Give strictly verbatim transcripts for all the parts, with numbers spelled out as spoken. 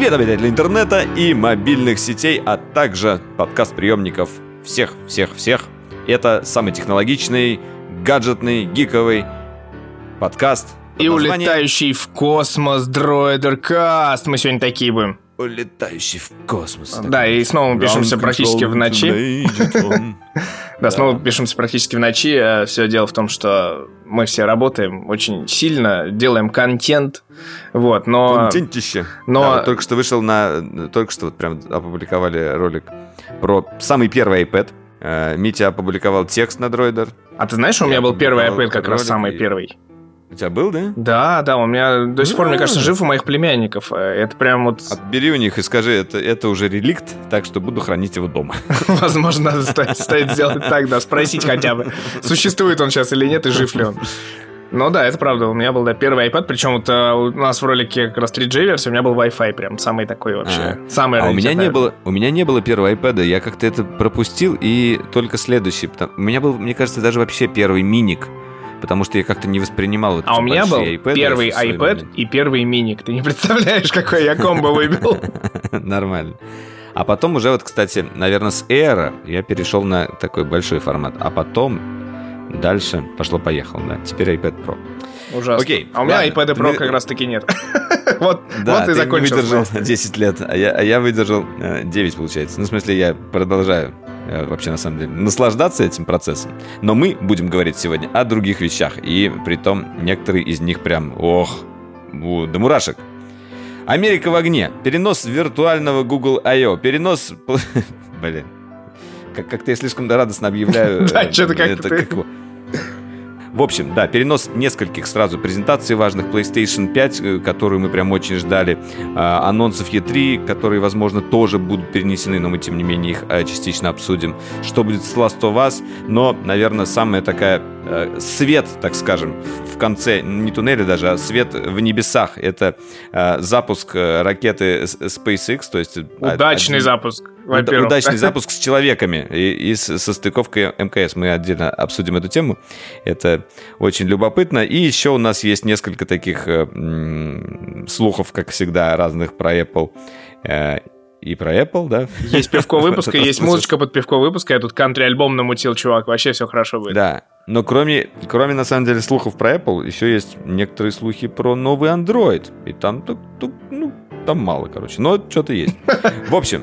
Привет, обитатели интернета и мобильных сетей, а также подкаст-приемников всех-всех-всех. Это самый технологичный, гаджетный, гиковый подкаст. И названием... улетающий в космос дроидеркаст. Мы сегодня такие будем. Улетающий в космос. Да, и снова мы пишемся практически в ночи. Да, снова пишемся практически в ночи. Все дело в том, что мы все работаем очень сильно, делаем контент. Вот, но... Контентище. Но... Да, вот только что вышел на... Только что вот прям опубликовали ролик про самый первый iPad. Митя опубликовал текст на Droider. А ты знаешь, у меня был первый iPad, как раз самый первый. У тебя был, да? Да, да, у меня до сих пор, мне кажется, жив у моих племянников. Это прям вот... Отбери у них и скажи, это, это уже реликт, так что буду хранить его дома. Возможно, надо стоит, стоит сделать так, да, спросить хотя бы, существует он сейчас или нет, и жив ли он. Ну да, это правда, у меня был, да, первый iPad, причем вот у нас в ролике как раз три джи версия, у меня был Wi-Fi прям, самый такой вообще, а, самый а у меня не было, у меня не было первого iPad, я как-то это пропустил, и только следующий, потому, у меня был, мне кажется, даже вообще первый миник. Потому что я как-то не воспринимал вот А у меня был iPad первый iPad момент. И первый миник. Ты не представляешь, какой я комбо выбил. Нормально. А потом уже вот, кстати, наверное, с Air я перешел на такой большой формат. А потом дальше пошло-поехало, да. Теперь iPad Pro. Ужасно. Окей. А у меня iPad Pro как раз-таки нет. Вот, да, вот и закончил. Ты выдержал десять лет, а я, а я выдержал девять, получается. Ну, в смысле, я продолжаю вообще, на самом деле, наслаждаться этим процессом. Но мы будем говорить сегодня о других вещах. И притом некоторые из них прям, ох, до мурашек. Америка в огне. Перенос виртуального Google ай о. Перенос... Блин. Как-то я слишком радостно объявляю. Да, что-то как-то ты... В общем, да, перенос нескольких сразу презентаций важных PlayStation пять, которую мы прям очень ждали, анонсов и три, которые, возможно, тоже будут перенесены, но мы, тем не менее, их частично обсудим. Что будет с Last of Us, но, наверное, самая такая свет, так скажем, в конце, не туннеля даже, а свет в небесах. Это запуск ракеты SpaceX, то есть... Удачный один... запуск. Во-первых. Удачный запуск с человеками и, и со стыковкой эм ка эс. Мы отдельно обсудим эту тему. Это очень любопытно. И еще у нас есть несколько таких э, м- слухов, как всегда, разных про Apple. Э, и про Apple, да? Есть пивко выпуска, есть музычка под пивко выпуска. Я тут кантри-альбом намутил, чувак. Вообще все хорошо будет. Да. Но кроме, кроме, на самом деле, слухов про Apple, еще есть некоторые слухи про новый Android. И там, ну, там мало, короче. Но что-то есть. В общем...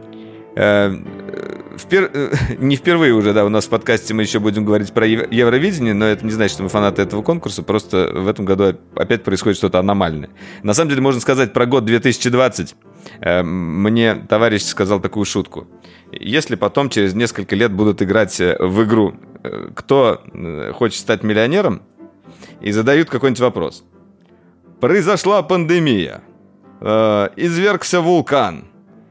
Впер... Не впервые уже, да, у нас в подкасте мы еще будем говорить про Евровидение, но это не значит, что мы фанаты этого конкурса, просто в этом году опять происходит что-то аномальное. На самом деле, можно сказать про год две тысячи двадцать. Мне товарищ сказал такую шутку. Если потом через несколько лет будут играть в игру «Кто хочет стать миллионером?» и задают какой-нибудь вопрос. Произошла пандемия, извергся вулкан,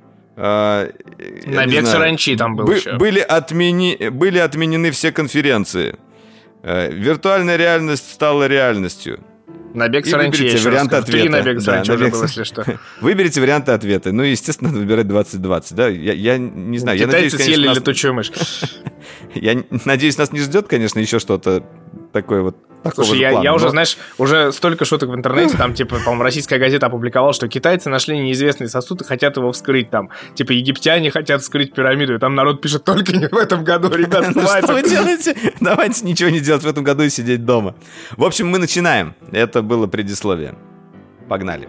Набег саранчи там был Бы, еще. Были, отмени, были отменены все конференции. Виртуальная реальность стала реальностью. Набег саранчи, выберите варианты ответа. Три набега саранчи да, уже набег... было, если что. Выберите варианты ответа. Ну, естественно, надо выбирать двадцать двадцать. Да? Я, я не знаю. Китайцы я надеюсь, конечно, съели нас... летучую мышь. Я надеюсь, нас не ждет, конечно, еще что-то такое вот. Слушай, я, плана, я но... уже, знаешь, уже столько шуток в интернете, там, типа, по-моему, российская газета опубликовала, что китайцы нашли неизвестный сосуд и хотят его вскрыть, там, типа, египтяне хотят вскрыть пирамиду, и там народ пишет, только не в этом году, ребят, хватит. Что вы делаете? Давайте ничего не делать в этом году и сидеть дома. В общем, мы начинаем. Это было предисловие. Погнали.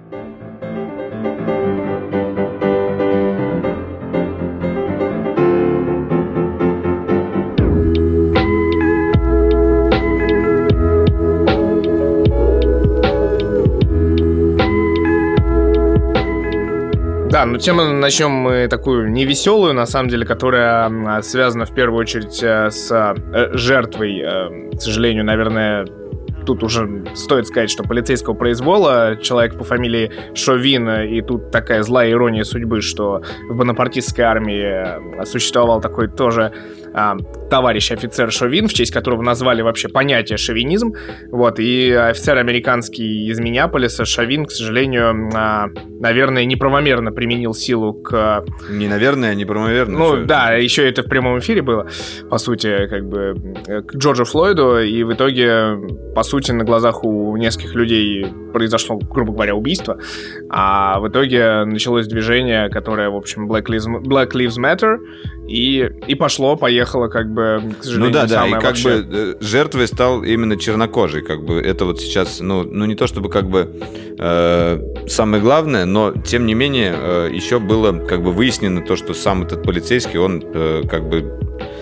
Да, ну тему начнем мы такую невеселую, на самом деле, которая связана в первую очередь с жертвой, к сожалению, наверное, тут уже стоит сказать, что полицейского произвола, человек по фамилии Шовин, и тут такая злая ирония судьбы, что в бонапартистской армии существовал такой тоже а, товарищ офицер Шовин, в честь которого назвали вообще понятие шовинизм. Вот, и офицер американский из Миннеаполиса Шовин, к сожалению, а, наверное, неправомерно применил силу к... Не наверное, а неправомерно. Ну, что да, это? еще это в прямом эфире было, по сути, как бы, к Джорджу Флойду, и в итоге, по сути, на глазах у нескольких людей произошло, грубо говоря, убийство, а в итоге началось движение, которое, в общем, Black Lives, Black Lives Matter, и, и пошло, поехало, как бы, к сожалению, ну да, да, и как вообще... бы э, жертвой стал именно чернокожий, как бы это вот сейчас, ну, ну не то чтобы как бы э, самое главное, но тем не менее э, еще было как бы выяснено то, что сам этот полицейский, он э, как бы,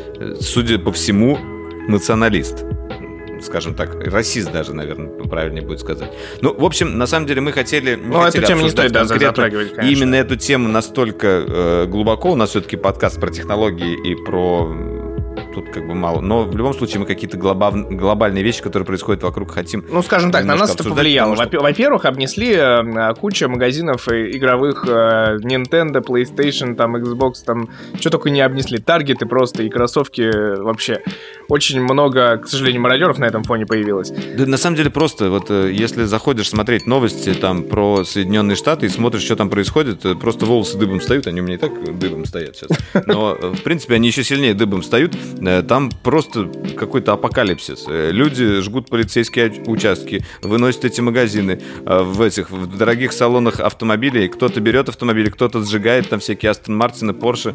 судя по всему, националист. Скажем так, расист даже, наверное, правильнее будет сказать. Ну, в общем, на самом деле мы хотели... Не ну, хотели эту тему не стоит, да, затрагивать, конечно. Именно эту тему настолько э, глубоко. У нас все-таки подкаст про технологии и про... Тут как бы мало. Но в любом случае мы какие-то глобав... глобальные вещи, которые происходят вокруг, хотим... Ну, скажем так, на нас это повлияло. Что... Во-первых, обнесли э, куча магазинов игровых э, Nintendo, PlayStation, там, Xbox, там, что только не обнесли. Таргеты просто и кроссовки вообще. Очень много, к сожалению, мародеров на этом фоне появилось. Да, на самом деле просто, вот если заходишь смотреть новости там про Соединенные Штаты и смотришь, что там происходит, просто волосы дыбом встают, они у меня и так дыбом стоят сейчас. Но, в принципе, они еще сильнее дыбом встают. Там просто какой-то апокалипсис. Люди жгут полицейские участки, выносят эти магазины в этих в дорогих салонах автомобилей. Кто-то берет автомобили, кто-то сжигает там всякие Астон Мартины, Порше.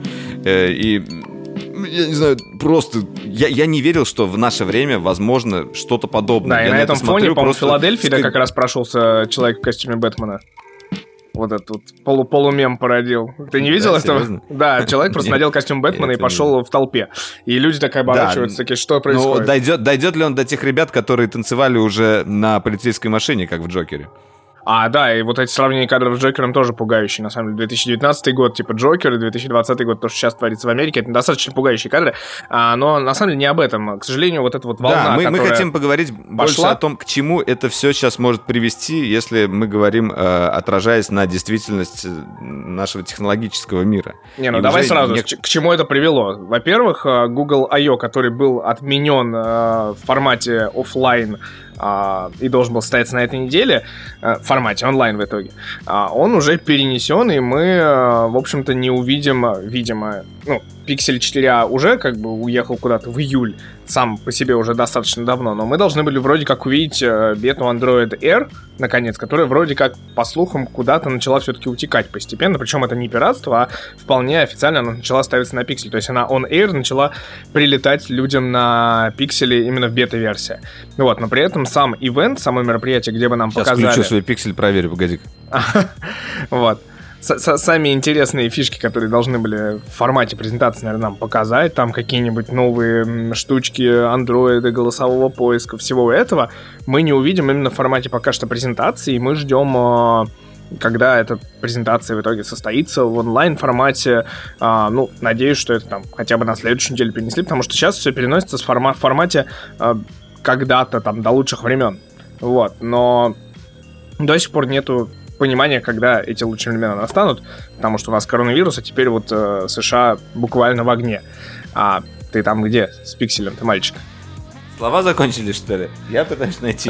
И я не знаю, просто я, я не верил, что в наше время возможно что-то подобное. Да, я и на, на этом фоне, по-моему, в Филадельфии, ск... да, как раз прошелся человек в костюме Бэтмена. Вот этот вот полу полумем породил. Ты не видел да, этого? Серьезно? Да, человек просто надел костюм Бэтмена и пошел в толпе. И люди так оборачиваются, такие, что происходит? Ну, дойдет, дойдет ли он до тех ребят, которые танцевали уже на полицейской машине, как в Джокере? А, да, и вот эти сравнения кадров с Джокером тоже пугающие, на самом деле. две тысячи девятнадцатый год, типа Джокер, и две тысячи двадцатый год, то, что сейчас творится в Америке, это достаточно пугающие кадры, а, но на самом деле не об этом. К сожалению, вот эта вот волна, да, мы, которая мы хотим поговорить пошла... больше о том, к чему это все сейчас может привести, если мы говорим, э, отражаясь на действительность нашего технологического мира. Не, ну и давай сразу, не... к, к чему это привело? Во-первых, Google ай о, который был отменен э, в формате офлайн, Uh, и должен был состояться на этой неделе, uh, в формате онлайн в итоге, uh, он уже перенесен, и мы, uh, в общем-то, не увидим, видимо, ну, Pixel четыре а уже как бы уехал куда-то в июль, сам по себе уже достаточно давно, но мы должны были вроде как увидеть uh, бету Android Air, наконец, которая вроде как, по слухам, куда-то начала все-таки утекать постепенно, причем это не пиратство, а вполне официально она начала ставиться на Pixel, то есть она on air начала прилетать людям на Pixel именно в бета-версии. Вот, но при этом сам ивент, само мероприятие, где бы нам Сейчас показали... Сейчас включу свой пиксель, проверю, погоди. Вот. Сами интересные фишки, которые должны были в формате презентации, наверное, нам показать, там какие-нибудь новые штучки андроида, голосового поиска, всего этого, мы не увидим именно в формате пока что презентации, и мы ждем... когда эта презентация в итоге состоится в онлайн-формате. А, ну, надеюсь, что это там хотя бы на следующей неделе перенесли, потому что сейчас все переносится в форма- формате а, когда-то там до лучших времен. Вот, но до сих пор нету понимания, когда эти лучшие времена настанут, потому что у нас коронавирус, а теперь вот э, США буквально в огне. А ты там где с пикселем-то, мальчик? Слова закончились, что ли? Я пытаюсь найти.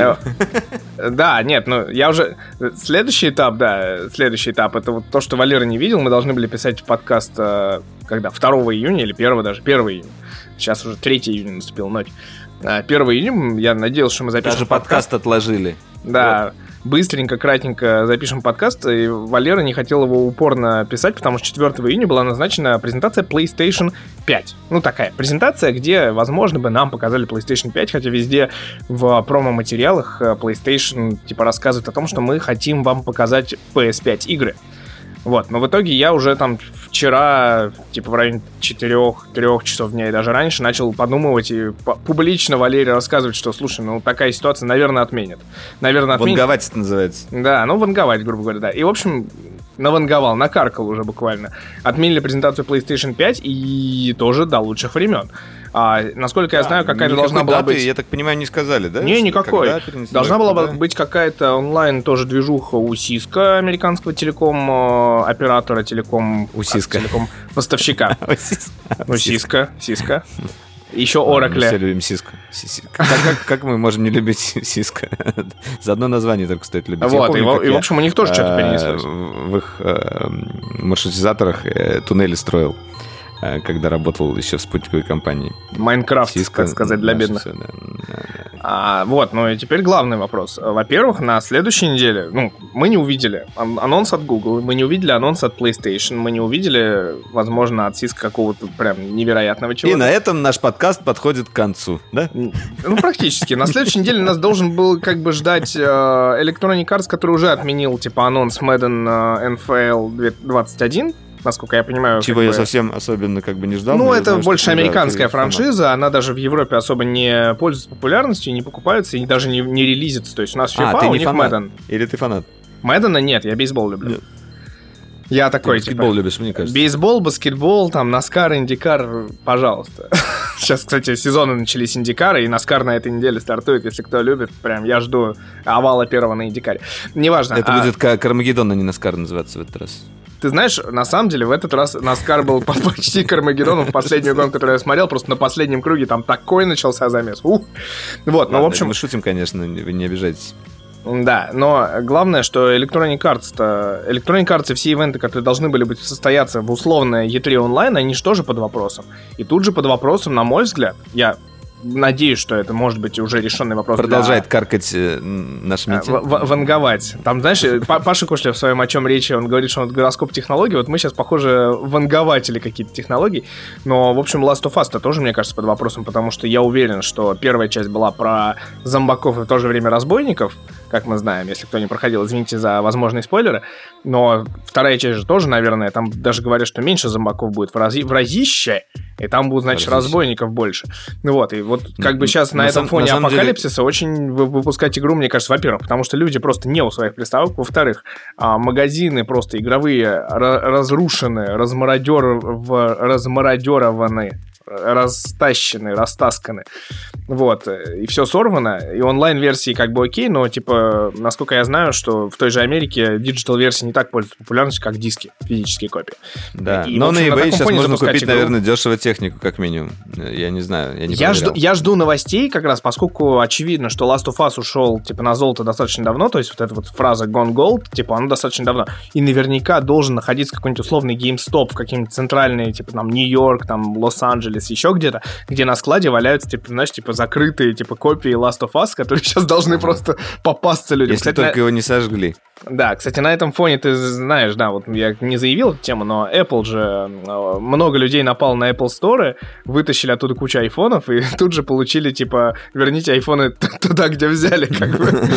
Да, нет, ну я уже... Следующий этап, да, следующий этап, это вот то, что Валера не видел, мы должны были писать подкаст, когда? второго июня или первого даже? первого июня. Сейчас уже третьего июня наступила ночь. первого июня я надеялся, что мы запишем Даже подкаст. подкаст отложили. Да, вот. Быстренько, кратенько запишем подкаст, и Валера не хотел его упорно писать, потому что четвёртого июня была назначена презентация PlayStation пять. Ну, такая презентация, где, возможно, бы нам показали PlayStation пять, хотя везде в промо-материалах PlayStation, типа, рассказывают о том, что мы хотим вам показать пи эс пять игры. Вот, но в итоге я уже там вчера, типа в районе четырех-трёх часов дня и даже раньше начал подумывать и публично Валерию рассказывать, что, слушай, ну такая ситуация, наверное, отменят. Наверное, отменят. Ванговать это называется. Да, ну ванговать, грубо говоря, да. И, в общем, наванговал, накаркал уже буквально. Отменили презентацию PlayStation пять и тоже до лучших времен. А, насколько да, я знаю, какая-то должна была даты, быть... я так понимаю, не сказали, да? Не, никакой. Должна была когда? быть какая-то онлайн тоже движуха у Cisco, американского телеком-оператора, телеком... У Cisco. Телеком... поставщика. Ну, Cisco, Cisco. Еще Oracle. Мы все любим Cisco. Как, как, как мы можем не любить Cisco? За одно название только стоит любить. Вот, помню, и, и в общем у них тоже что-то перенеслось. В их э, маршрутизаторах э, туннели строил, э, когда работал еще в спутниковой компании. Майнкрафт, так сказать, для бедных. Все, да, да, да. А, вот, ну и теперь главный вопрос. Во-первых, на следующей неделе, ну, мы не увидели анонс от Google, мы не увидели анонс от PlayStation, мы не увидели, возможно, от Cisco какого-то прям невероятного чего-то. И на этом наш подкаст подходит к концу, да? Ну, практически. На следующей неделе нас должен был как бы ждать э, Electronic Arts, который уже отменил, типа, анонс Madden э, эн эф эл двадцать один. Насколько я понимаю. Чего я бы... совсем особенно как бы не ждал. Ну, это знаю, больше что, американская да, франшиза, формат. Она даже в Европе особо не пользуется популярностью, не покупается и даже не, не релизится. То есть у нас FIFA, а, ты у не них фанат? Madden. Или ты фанат? Мэддена нет, я бейсбол люблю. Нет. Я такой, ты баскетбол типа, любишь, мне кажется. Бейсбол, баскетбол, там, Наскар, Индикар, пожалуйста. Сейчас, кстати, сезоны начались Индикара, и Наскар на этой неделе стартует, если кто любит. Прям я жду овала первого на Индикаре. Неважно. Это а... будет как Армагеддон, а не Наскар называться в этот раз. Ты знаешь, на самом деле, в этот раз Наскар был почти к Армагеддону в последнюю гонку, которую я смотрел, просто на последнем круге там такой начался замес. Ух. Вот, ну, в общем... Мы шутим, конечно, вы не обижайтесь. Да, но главное, что Electronic Arts-то... Electronic Arts и все ивенты, которые должны были быть состояться в условное и три онлайн, они же тоже под вопросом. И тут же под вопросом, на мой взгляд, я... Надеюсь, что это может быть уже решенный вопрос. Продолжает для... каркать э, наш митинг. В- в- ванговать. Там, знаешь, Паша Кошелев в своем «О чем речи», он говорит, что он гороскоп технологий. Вот мы сейчас, похоже, вангователи какие-то технологий. Но, в общем, Last of Us-то тоже, мне кажется, под вопросом, потому что я уверен, что первая часть была про зомбаков и в то же время разбойников, как мы знаем, если кто не проходил, извините за возможные спойлеры. Но вторая часть же тоже, наверное, там даже говорят, что меньше зомбаков будет в, рази... в разище, и там будут, значит, разище. Разбойников больше. Ну вот, и вот как ну, бы сейчас на, на этом сам, фоне на апокалипсиса деле... очень выпускать игру, мне кажется, во-первых, потому что люди просто не у своих приставок, во-вторых, магазины просто игровые разрушены, размародер... размародерованы, растащены, растасканы. Вот. И все сорвано. И онлайн-версии как бы окей, но, типа, насколько я знаю, что в той же Америке диджитал-версии не так пользуются популярностью, как диски, физические копии. Да. И, но общем, на eBay сейчас можно купить, игру. наверное, дешево технику, как минимум. Я не знаю, я не я жду, я жду новостей как раз, поскольку очевидно, что Last of Us ушел, типа, на золото достаточно давно, то есть вот эта вот фраза Gone Gold, типа, она достаточно давно. И наверняка должен находиться какой-нибудь условный GameStop в какие-нибудь центральные, типа, там, Нью-Йорк, там, Лос-Анджелес, еще где-то, где на складе валяются, типа, знаешь, типа, закрытые, типа, копии Last of Us, которые сейчас должны просто попасться людям. Если кстати, только на... его не сожгли. Да, кстати, на этом фоне ты знаешь, да, вот я не заявил эту тему, но Apple же, много людей напало на Apple Store, вытащили оттуда кучу айфонов и тут же получили, типа, верните айфоны туда, где взяли, как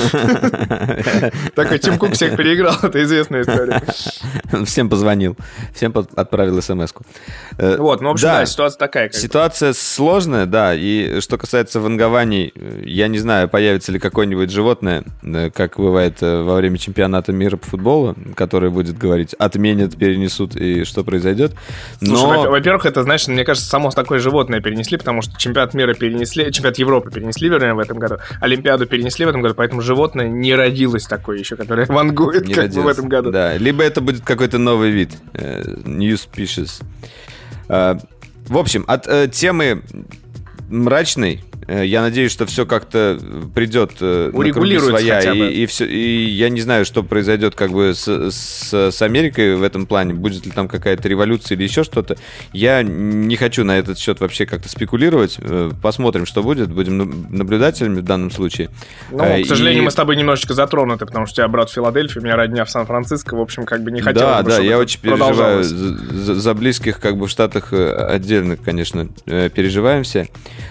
бы. Такой Тим Кук всех переиграл, это известная история. Всем позвонил, всем отправил смс-ку. Вот, ну, в общем, да, ситуация такая. Ситуация сложная, да, и что касается вангований, я не знаю, появится ли какое-нибудь животное, как бывает во время чемпионата мира по футболу, который будет говорить, отменят, перенесут и что произойдет. Но... Слушай, во-первых, это, знаешь, мне кажется, само такое животное перенесли, потому что чемпионат мира перенесли, чемпионат Европы перенесли, вернее, в этом году, Олимпиаду перенесли в этом году, поэтому животное не родилось такое еще, которое вангует не как родилось. Бы в этом году. Да, либо это будет какой-то новый вид, new species. В общем, от темы мрачной, я надеюсь, что все как-то придет на круги своя, и, и, все, и я не знаю, что произойдет как бы с, с, с Америкой в этом плане, будет ли там какая-то революция или еще что-то. Я не хочу на этот счет вообще как-то спекулировать. Посмотрим, что будет, будем наблюдателями в данном случае. Ну, к сожалению, и... мы с тобой немножечко затронуты, потому что у тебя брат в Филадельфии, у меня родня в Сан-Франциско, в общем, как бы не хотел. Да, да, я очень переживаю за, за близких, как бы в Штатах отдельно, конечно, переживаем все.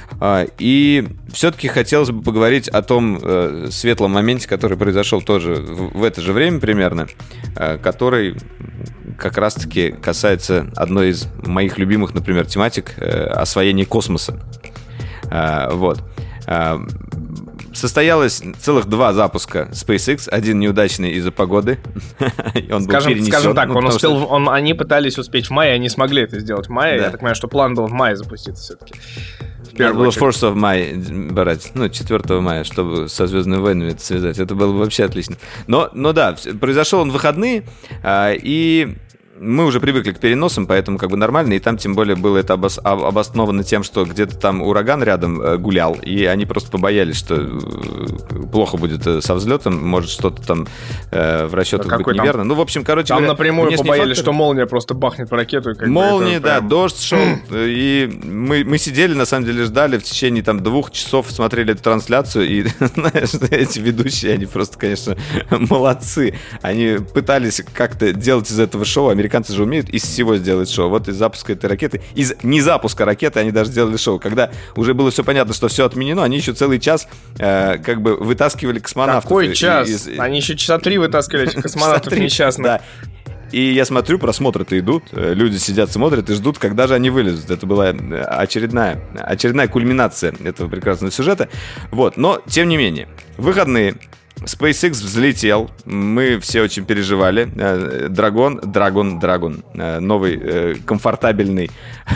И все-таки хотелось бы поговорить о том э, светлом моменте, который произошел тоже в, в это же время примерно, э, который как раз-таки касается одной из моих любимых, например, тематик э, освоения космоса. Э, вот. Э, состоялось целых два запуска SpaceX, один неудачный из-за погоды. Он скажем, был перенесен. Скажем так, ну, он успел, что... он, они пытались успеть в мае, они смогли это сделать в мае. Да. Я так понимаю, что план был в мае запуститься все-таки. Надо было fourth of May брать, ну, четвёртого мая, чтобы со «Звездными войнами» это связать. Это было бы вообще отлично. Но, но да, произошел он в выходные, а, и мы уже привыкли к переносам, поэтому как бы нормально, и там тем более было это обос- обосновано тем, что где-то там ураган рядом э, гулял, и они просто побоялись, что э, плохо будет э, со взлетом, может что-то там э, в расчетах а быть неверно. Там, ну, в общем, короче... Там говоря, напрямую побоялись, фактор... что молния просто бахнет в ракету. И как молния, бы да, прям... дождь шел, и мы, мы сидели, на самом деле, ждали в течение там двух часов, смотрели эту трансляцию, и, знаешь, эти ведущие, они просто, конечно, молодцы. Они пытались как-то делать из этого шоу, американцы же умеют из всего сделать шоу. Вот из запуска этой ракеты, из незапуска ракеты они даже сделали шоу. Когда уже было все понятно, что все отменено, они еще целый час э, как бы вытаскивали космонавтов. Какой час? Из, из... Они еще часа три вытаскивали этих космонавтов несчастных. Да. И я смотрю, просмотры-то идут, люди сидят, смотрят и ждут, когда же они вылезут. Это была очередная, очередная кульминация этого прекрасного сюжета. Вот, но, тем не менее, выходные. SpaceX взлетел, мы все очень переживали. Драгон, Драгон, Драгон, новый комфортабельный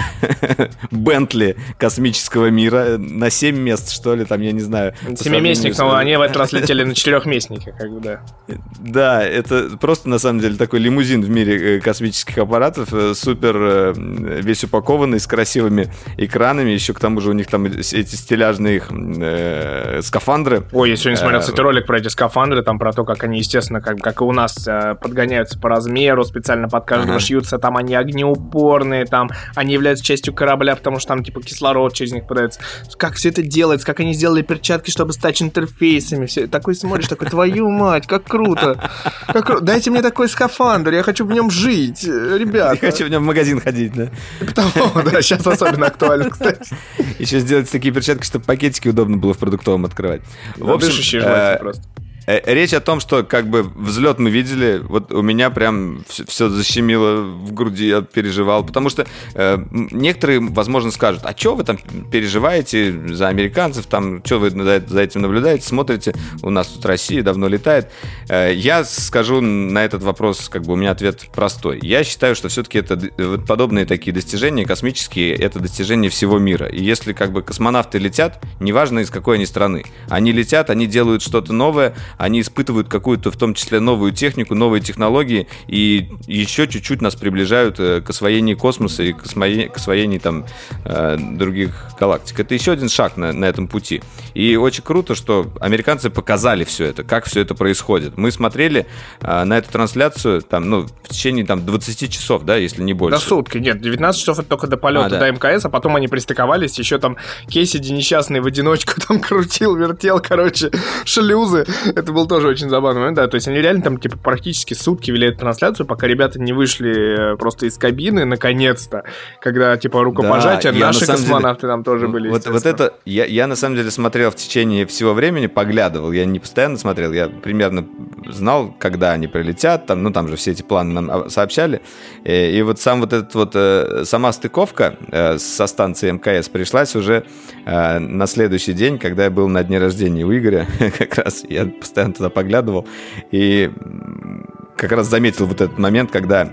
Бентли космического мира на семь мест, что ли, там, я не знаю. Семиместник, но они в этот раз летели на четырехместнике, как бы, да. Да, это просто, на самом деле, такой лимузин в мире космических аппаратов, супер весь упакованный, с красивыми экранами, еще к тому же у них там эти стиляжные их э, скафандры. Ой, я сегодня смотрел, кстати, ролик про эти скафандры, там про то, как они, естественно, как, как и у нас, э, подгоняются по размеру, специально под каждого ага. шьются, там они огнеупорные, там они являются частью корабля, потому что там, типа, кислород через них подается. Как все это делается, как они сделали перчатки, чтобы стать интерфейсами, все. Такой смотришь, такой, твою мать, как круто, как кру... дайте мне такой скафандр, я хочу в нем жить, ребята. Я хочу в нем в магазин ходить, да. Потому, да, сейчас особенно актуально, кстати. Еще сделать такие перчатки, чтобы пакетики удобно было в продуктовом открывать. В общем, дышащие желательно просто. Речь о том, что как бы взлет мы видели, вот у меня прям все, все защемило в груди, я переживал, потому что э, некоторые, возможно, скажут, а что вы там переживаете за американцев, там, что вы за, за этим наблюдаете, смотрите, у нас тут Россия давно летает. Э, я скажу на этот вопрос, как бы у меня ответ простой. Я считаю, что все-таки это вот подобные такие достижения космические, это достижения всего мира. И если как бы космонавты летят, неважно из какой они страны, они летят, они делают что-то новое, они испытывают какую-то, в том числе, новую технику, новые технологии, и еще чуть-чуть нас приближают к освоению космоса и к освоению, к освоению там, других галактик. Это еще один шаг на, на этом пути. И очень круто, что американцы показали все это, как все это происходит. Мы смотрели на эту трансляцию там, ну, в течение там, двадцать часов, да, если не больше. До сутки, нет, девятнадцать часов это только до полета, а, да. до МКС, а потом они пристыковались, еще там Кессиди несчастный в одиночку там крутил, вертел, короче, шлюзы. Это был тоже очень забавный момент, да, то есть они реально там, типа, практически сутки вели эту трансляцию, пока ребята не вышли просто из кабины, наконец-то, когда, типа, рукопожатия, да, наши космонавты деле, там тоже были, вот, вот это, я, я, на самом деле, смотрел в течение всего времени, поглядывал, я не постоянно смотрел, я примерно знал, когда они прилетят, там, ну, там же все эти планы нам сообщали, и, и вот сам вот этот вот, сама стыковка со станции МКС пришлась уже на следующий день, когда я был на дне рождения у Игоря, как раз я постоянно туда поглядывал и как раз заметил вот этот момент, когда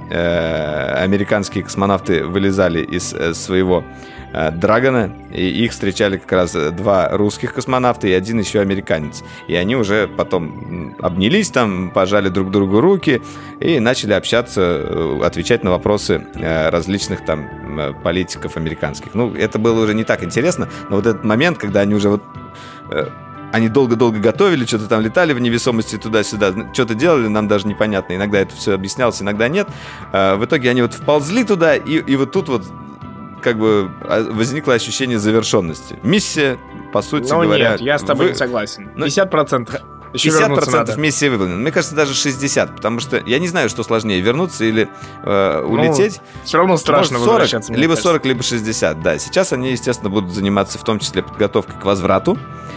э, американские космонавты вылезали из э, своего э, Драгона, и их встречали как раз два русских космонавта и один еще американец. И они уже потом обнялись там, пожали друг другу руки и начали общаться, отвечать на вопросы э, различных там э, политиков американских. Ну, это было уже не так интересно, но вот этот момент, когда они уже вот... Э, Они долго-долго готовили, что-то там летали в невесомости туда-сюда, что-то делали, нам даже непонятно. Иногда это все объяснялось, иногда нет. В итоге они вот вползли туда, и, и вот тут вот как бы возникло ощущение завершенности. Миссия, по сути ну, говоря... нет, я с тобой вы... не согласен. пятьдесят процентов. Еще пятьдесят процентов миссии выполнена. Мне кажется, даже шестьдесят, потому что я не знаю, что сложнее, вернуться или э, улететь. Ну, все равно страшно сорок, возвращаться. Либо сорок, либо шестьдесят, да. Сейчас они, естественно, будут заниматься в том числе подготовкой к возврату.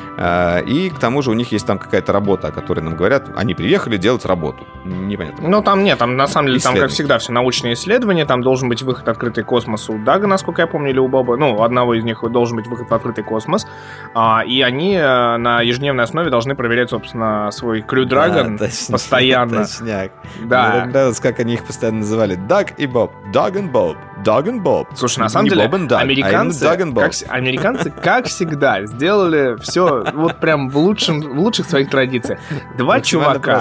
И к тому же у них есть там какая-то работа, о которой нам говорят. Они приехали делать работу. Непонятно. Ну, там нет, там на самом деле, там, как всегда, все научные исследования. Там должен быть выход в открытый космос у Дага, насколько я помню, или у Боба. Ну, у одного из них должен быть выход в открытый космос. И они на ежедневной основе должны проверять, собственно, свой Crew Dragon да, точно, постоянно. Точняк. Да. Мне нравилось, как они их постоянно называли. Даг и Боб. Даг и Боб. Даг и Боб. Слушай, на самом не деле, Bob Doug, американцы, а как, американцы, как всегда, сделали все вот прям в, лучшем, в лучших своих традициях. Два чувака,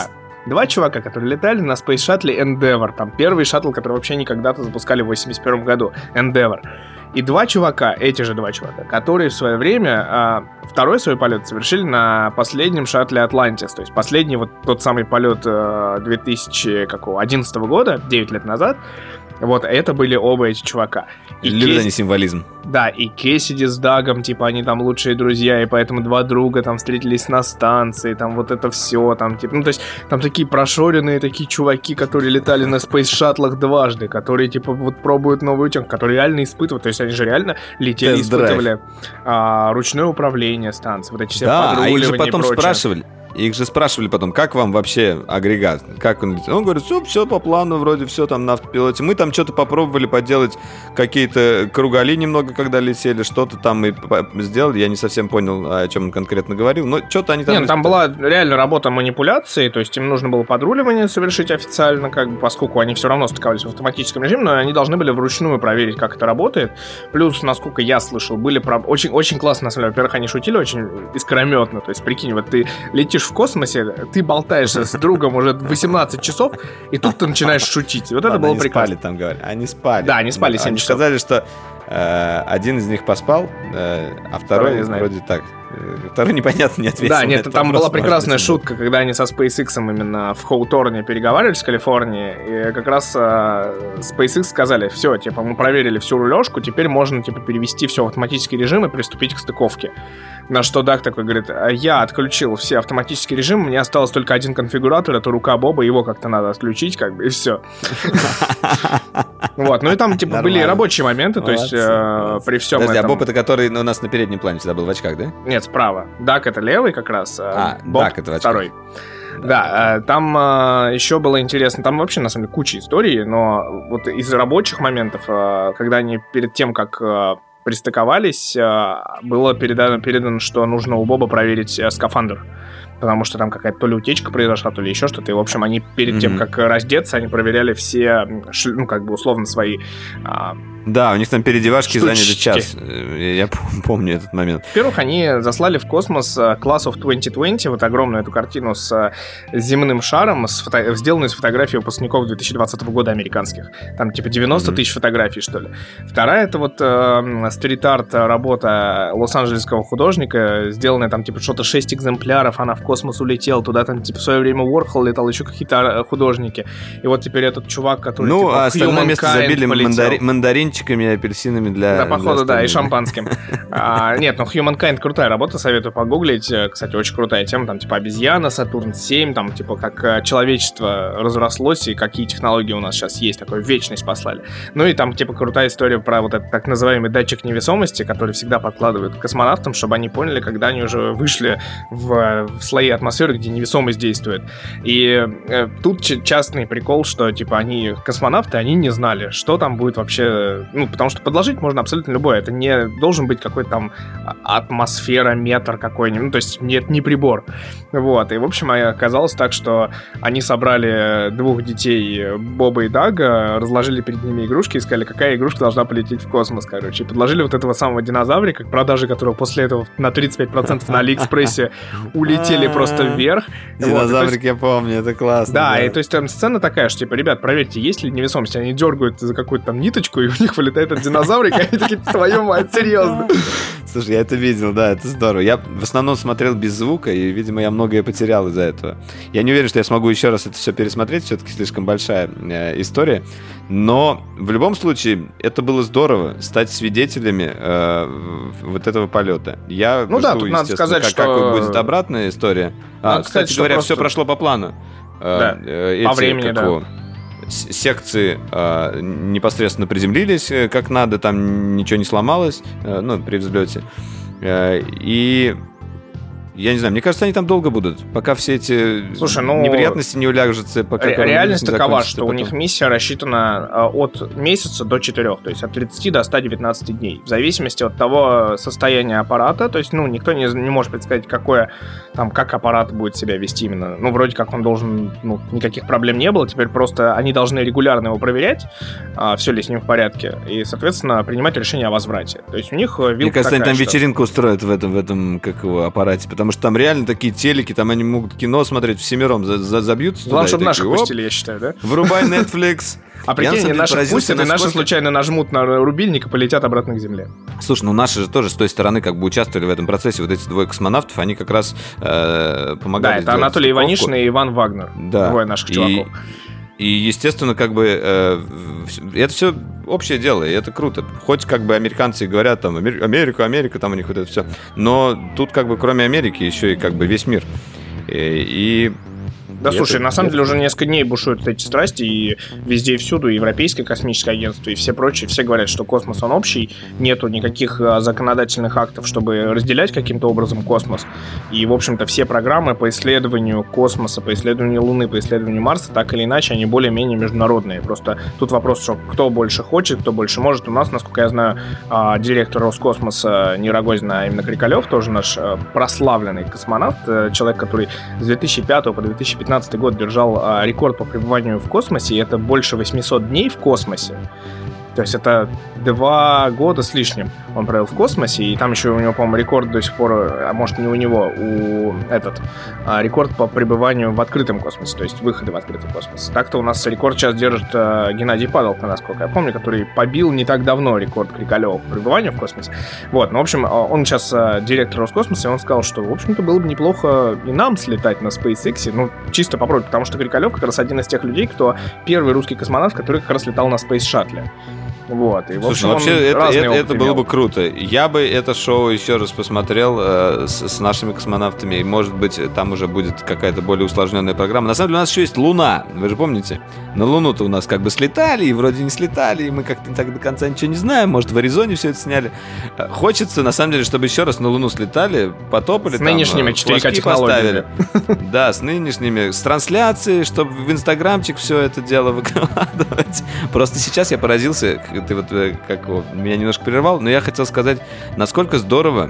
два чувака, которые летали на Space Shuttle Endeavour, там первый шаттл, который вообще никогда-то запускали в восемьдесят первом году, Endeavour. И два чувака, эти же два чувака, которые в свое время а, второй свой полет совершили на последнем шаттле Atlantis. То есть последний вот тот самый полет а, две тысячи одиннадцатого года, девять лет назад. Вот, это были оба эти чувака. И любят Кейс... они символизм. Да, и Кэссиди с Дагом, типа, они там лучшие друзья, и поэтому два друга там встретились на станции, там вот это все, там, типа, ну, то есть, там такие прошоренные такие чуваки, которые летали на спейс-шаттлах дважды, которые, типа, вот пробуют новую технику, которые реально испытывают, то есть, они же реально летели, Тест-драйв. испытывали а, ручное управление станции, вот эти все да, подруливания. А их же потом и прочее. спрашивали. Их же спрашивали потом, как вам вообще агрегат, как он летит. Он говорит, все, все по плану, вроде все там на автопилоте. Мы там что-то попробовали поделать, какие-то кругали немного, когда летели, что-то там мы сделали. Я не совсем понял, о чем он конкретно говорил, но что-то они там... Нет, там была реально работа манипуляции, то есть им нужно было подруливание совершить официально, как бы, поскольку они все равно стыковались в автоматическом режиме, но они должны были вручную проверить, как это работает. Плюс, насколько я слышал, были проб... очень, очень классно, на самом деле. Во-первых, они шутили очень искрометно, то есть, прикинь, вот ты летишь в космосе, ты болтаешься с другом уже восемнадцать часов, и тут ты начинаешь шутить. Вот это было прекрасно. Они спали там, говорят. Они спали. Да, они спали семь часов. Они сказали, что э, один из них поспал, э, а второй, второй вроде так. Второй непонятно не ответил. Да, нет, там была прекрасная шутка, когда они со SpaceX именно в Хоуторне переговаривались в Калифорнии, и как раз э, SpaceX сказали, все, типа, мы проверили всю рулежку, теперь можно, типа, перевести все в автоматический режим и приступить к стыковке. На что Даг такой говорит, я отключил все автоматические режимы, мне осталось только один конфигуратор, это рука Боба, его как-то надо отключить, как бы, и все. Вот, ну и там, типа, были рабочие моменты, то есть при всем этом... Подожди, а Боб это который у нас на переднем плане всегда был в очках, да? Нет, справа. Дак это левый как раз, а Боб это второй. Да, там еще было интересно, там вообще, на самом деле, куча историй, но вот из рабочих моментов, когда они перед тем, как... пристыковались, было передано, передано, что нужно у Боба проверить скафандр, потому что там какая-то то ли утечка произошла, то ли еще что-то, и, в общем, они перед mm-hmm. тем, как раздеться, они проверяли все, ну, как бы, условно, свои... Да, у них там переодевашки штучки. заняли час. Я помню этот момент. Во-первых, они заслали в космос Class of двадцать двадцать, вот огромную эту картину с земным шаром, с фото... сделанную из фотографий выпускников две тысячи двадцатого года американских. Там типа девяносто mm-hmm. тысяч фотографий, что ли. Вторая — это вот э, стрит-арт работа лос-анджелесского художника, сделанная там типа что-то шесть экземпляров, она в космос улетела, туда там типа в свое время Уорхол летал, еще какие-то художники. И вот теперь этот чувак, который... Ну, типа, а остальное место забили мандари... мандарин и апельсинами для... Да, походу, да, и шампанским. а, нет, ну, Humankind крутая работа, советую погуглить. Кстати, очень крутая тема, там, типа, обезьяна, Сатурн семь, там, типа, как человечество разрослось и какие технологии у нас сейчас есть, такую вечность послали. Ну, и там, типа, крутая история про вот этот так называемый датчик невесомости, который всегда подкладывают космонавтам, чтобы они поняли, когда они уже вышли в, в слои атмосферы, где невесомость действует. И э, тут частный прикол, что, типа, они, космонавты, они не знали, что там будет вообще... Ну, потому что подложить можно абсолютно любое. Это не должен быть какой-то там атмосферометр какой-нибудь. Ну, то есть нет, не прибор. Вот. И, в общем, оказалось так, что они собрали двух детей, Боба и Дага, разложили перед ними игрушки и сказали, какая игрушка должна полететь в космос, короче. И подложили вот этого самого динозаврика, продажи которого после этого на тридцать пять процентов на Алиэкспрессе улетели просто вверх. Динозаврик, я помню, это классно. Да, и то есть там сцена такая, что, типа, ребят, проверьте, есть ли невесомость. Они дергают за какую-то там ниточку, и у них вылетает этот динозаврик, и они такие, твою мать, серьезно. Слушай, я это видел, да, это здорово. Я в основном смотрел без звука, и, видимо, я многое потерял из-за этого. Я не уверен, что я смогу еще раз это все пересмотреть, все-таки слишком большая э, история. Но в любом случае, это было здорово, стать свидетелями э, вот этого полета. Я ну жду, да, тут надо сказать, как, что... как будет обратная история. А, надо кстати сказать, говоря, просто... все прошло по плану. Да, э, эти, по времени, да. Его, секции э, непосредственно приземлились э, как надо, там ничего не сломалось, э, ну, при взлете. Э, и я не знаю, мне кажется, они там долго будут, пока все эти Слушай, ну, неприятности не уляжутся. Пока ре- реальность такова, что потом. У них миссия рассчитана э, от месяца до четырех, то есть от тридцати до ста девятнадцати дней, в зависимости от того состояния аппарата. То есть, ну, никто не, не может предсказать, какое там, как аппарат будет себя вести именно. Ну, вроде как он должен, ну, никаких проблем не было, теперь просто они должны регулярно его проверять, э, все ли с ним в порядке, и, соответственно, принимать решение о возврате. То есть у них вилка Мне кажется, такая, они там что... вечеринку устроят в этом, в этом, как его, аппарате, потому потому что там реально такие телеки, там они могут кино смотреть всемиром, за, за, забьются Главное, туда. чтобы наших такие, пустили, я считаю, да? Врубай Netflix. А прикинь, они наших пустят, и наши случайно нажмут на рубильник и полетят обратно к Земле. Слушай, ну наши же тоже с той стороны как бы участвовали в этом процессе. Вот эти двое космонавтов, они как раз э, помогали. Да, это Анатолий Иванишин и Иван Вагнер. Да. Двое наших и, чуваков. И, естественно, как бы э, это все общее дело, и это круто. Хоть как бы американцы говорят там Америка, Америка, там у них вот это все. Но тут как бы кроме Америки еще и как бы весь мир. И... и Да, и слушай, это, на самом это... деле уже несколько дней бушуют эти страсти, и везде и всюду, и Европейское космическое агентство, и все прочие, все говорят, что космос, он общий, нету никаких законодательных актов, чтобы разделять каким-то образом космос. И, в общем-то, все программы по исследованию космоса, по исследованию Луны, по исследованию Марса, так или иначе, они более-менее международные. Просто тут вопрос, что кто больше хочет, кто больше может. У нас, насколько я знаю, директор Роскосмоса не Рогозин, а именно Крикалев, тоже наш прославленный космонавт, человек, который с две тысячи пятого по две тысячи пятнадцатый год держал а, рекорд по пребыванию в космосе, и это больше восемьсот дней в космосе. То есть это два года с лишним он провел в космосе, и там еще у него, по-моему, рекорд до сих пор, а может не у него, у этот, а, рекорд по пребыванию в открытом космосе, то есть выходы в открытый космос. Так-то у нас рекорд сейчас держит а, Геннадий Падалко, насколько я помню, который побил не так давно рекорд Крикалева по пребыванию в космосе. Вот, ну, в общем, он сейчас а, директор Роскосмоса, и он сказал, что, в общем-то, было бы неплохо и нам слетать на SpaceX, ну, чисто попробовать, потому что Крикалев как раз один из тех людей, кто первый русский космонавт, который как раз летал на Space Shuttle. Вот, и, в общем, Слушай, ну, вообще это, это, это было имел. бы круто. Я бы это шоу еще раз посмотрел э, с, с нашими космонавтами. И, может быть, там уже будет какая-то более усложненная программа. На самом деле у нас еще есть Луна. Вы же помните? На Луну-то у нас как бы слетали, и вроде не слетали, и мы как-то так до конца ничего не знаем. Может, в Аризоне все это сняли. Хочется, на самом деле, чтобы еще раз на Луну слетали, потопали. С там, нынешними четыре ка технологиями. Да, с нынешними. С трансляцией, чтобы в Инстаграмчик все это дело выкладывать. Просто сейчас я поразился. Ты вот как меня немножко прервал, но я хотел сказать, насколько здорово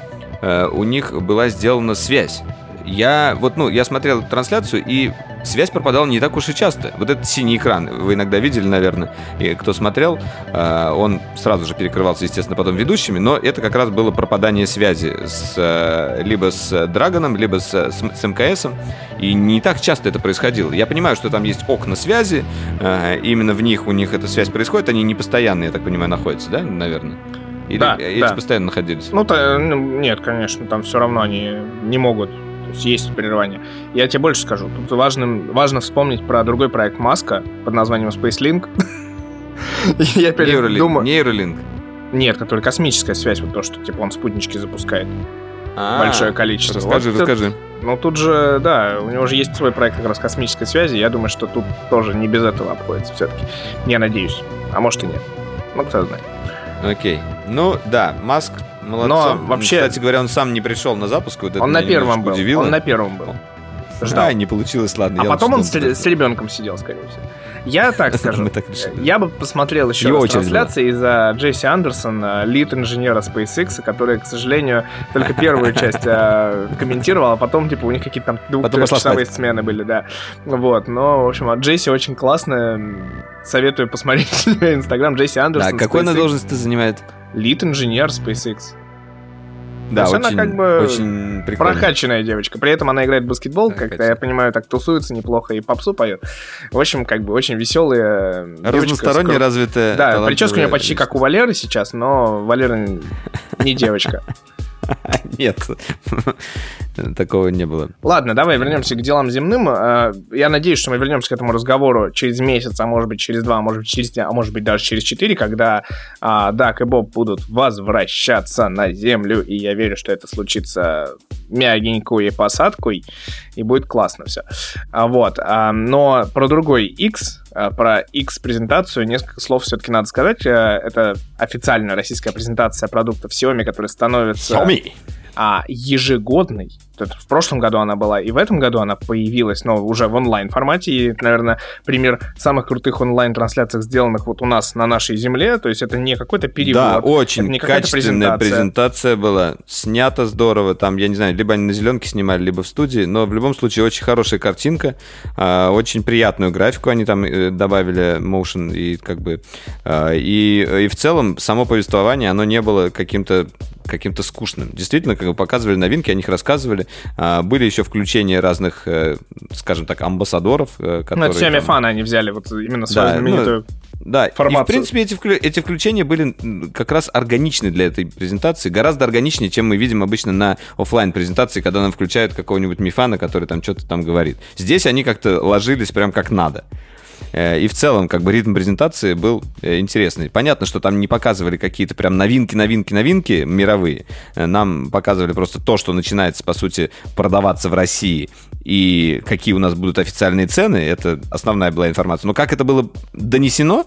э, у них была сделана связь. Я вот, ну, я смотрел трансляцию, и связь пропадала не так уж и часто. Вот этот синий экран, вы иногда видели, наверное, и кто смотрел, э, он сразу же перекрывался, естественно, потом ведущими, но это как раз было пропадание связи с, э, либо с Драгоном, либо с, с, с МКСом, и не так часто это происходило. Я понимаю, что там есть окна связи, э, именно в них у них эта связь происходит, они не постоянно, я так понимаю, находятся, да, наверное? Или, да, или да. постоянно находились? Ну, то, ну, нет, конечно, там все равно они не могут. То есть есть прерывание. Я тебе больше скажу. Тут важно, важно вспомнить про другой проект Маска под названием SpaceLink. Я думаю... Нейролинк. Нет, который космическая связь, вот то, что типа он спутнички запускает. Большое количество. Расскажи, расскажи. Ну, тут же, да, у него же есть свой проект как раз космической связи. Я думаю, что тут тоже не без этого обходится все-таки. Я надеюсь. А может и нет. Ну, кто знает. Окей. Ну, да, Маск молодцом. Но вообще... Кстати говоря, он сам не пришел на запуск. Вот это он на первом был. Удивило. Он на первом был. Ждал. А, не получилось, ладно. А потом он с, с ребенком сидел, скорее всего. Я так скажу. так я бы посмотрел еще раз трансляции из-за Джесси Андерсона, лид-инженера SpaceX, который, к сожалению, только первую часть комментировал, а потом, типа, у них какие-то там двухчасовые смены были, да. Вот, но, в общем, Джесси очень классно. Советую посмотреть Инстаграм Джесси Андерсон. Да, какой она должность ты занимает? Лид-инженер SpaceX. Да, очень, она как бы очень прокачанная девочка. При этом она играет в баскетбол, как я понимаю, так тусуется неплохо и попсу поет. В общем, как бы очень веселая девочка. Разносторонне развитая. Да, прическа у нее почти как у Валеры сейчас, но Валера не девочка. Нет, такого не было. Ладно, давай вернемся к делам земным. Я надеюсь, что мы вернемся к этому разговору через месяц, а может быть через два, а может быть через три, а может быть даже через четыре, когда Дак и Боб будут возвращаться на Землю, и я верю, что это случится мягенькой посадкой, и будет классно все. Вот. Но про другой X, про X-презентацию несколько слов все-таки надо сказать. Это официальная российская презентация продуктов Xiaomi, которая становится... Xiaomi. А, ежегодной. В прошлом году она была, и в этом году она появилась, но уже в онлайн-формате. И это, наверное, пример самых крутых онлайн-трансляций, сделанных вот у нас на нашей земле. То есть это не какой-то перевод. Да, очень качественная презентация. презентация была. Снято здорово. Там, я не знаю, либо они на зеленке снимали, либо в студии. Но в любом случае очень хорошая картинка. Очень приятную графику они там добавили, motion. И как бы... И, и в целом само повествование, оно не было каким-то каким-то скучным. Действительно, как бы показывали новинки, о них рассказывали. А, были еще включения разных, э, скажем так, амбассадоров. Э, которые, ну, это Xiaomi там... Fan они взяли, вот именно свою да, знаменитую ну, да, формацию. И, в принципе, эти, вклю... эти включения были как раз органичны для этой презентации. Гораздо органичнее, чем мы видим обычно на офлайн презентации, когда нам включают какого-нибудь мифана, который там что-то там говорит. Здесь они как-то ложились прям как надо. И в целом, как бы, ритм презентации был интересный. Понятно, что там не показывали какие-то прям новинки, новинки, новинки мировые. Нам показывали просто то, что начинается, по сути, продаваться в России. И какие у нас будут официальные цены. Это основная была информация. Но как это было донесено,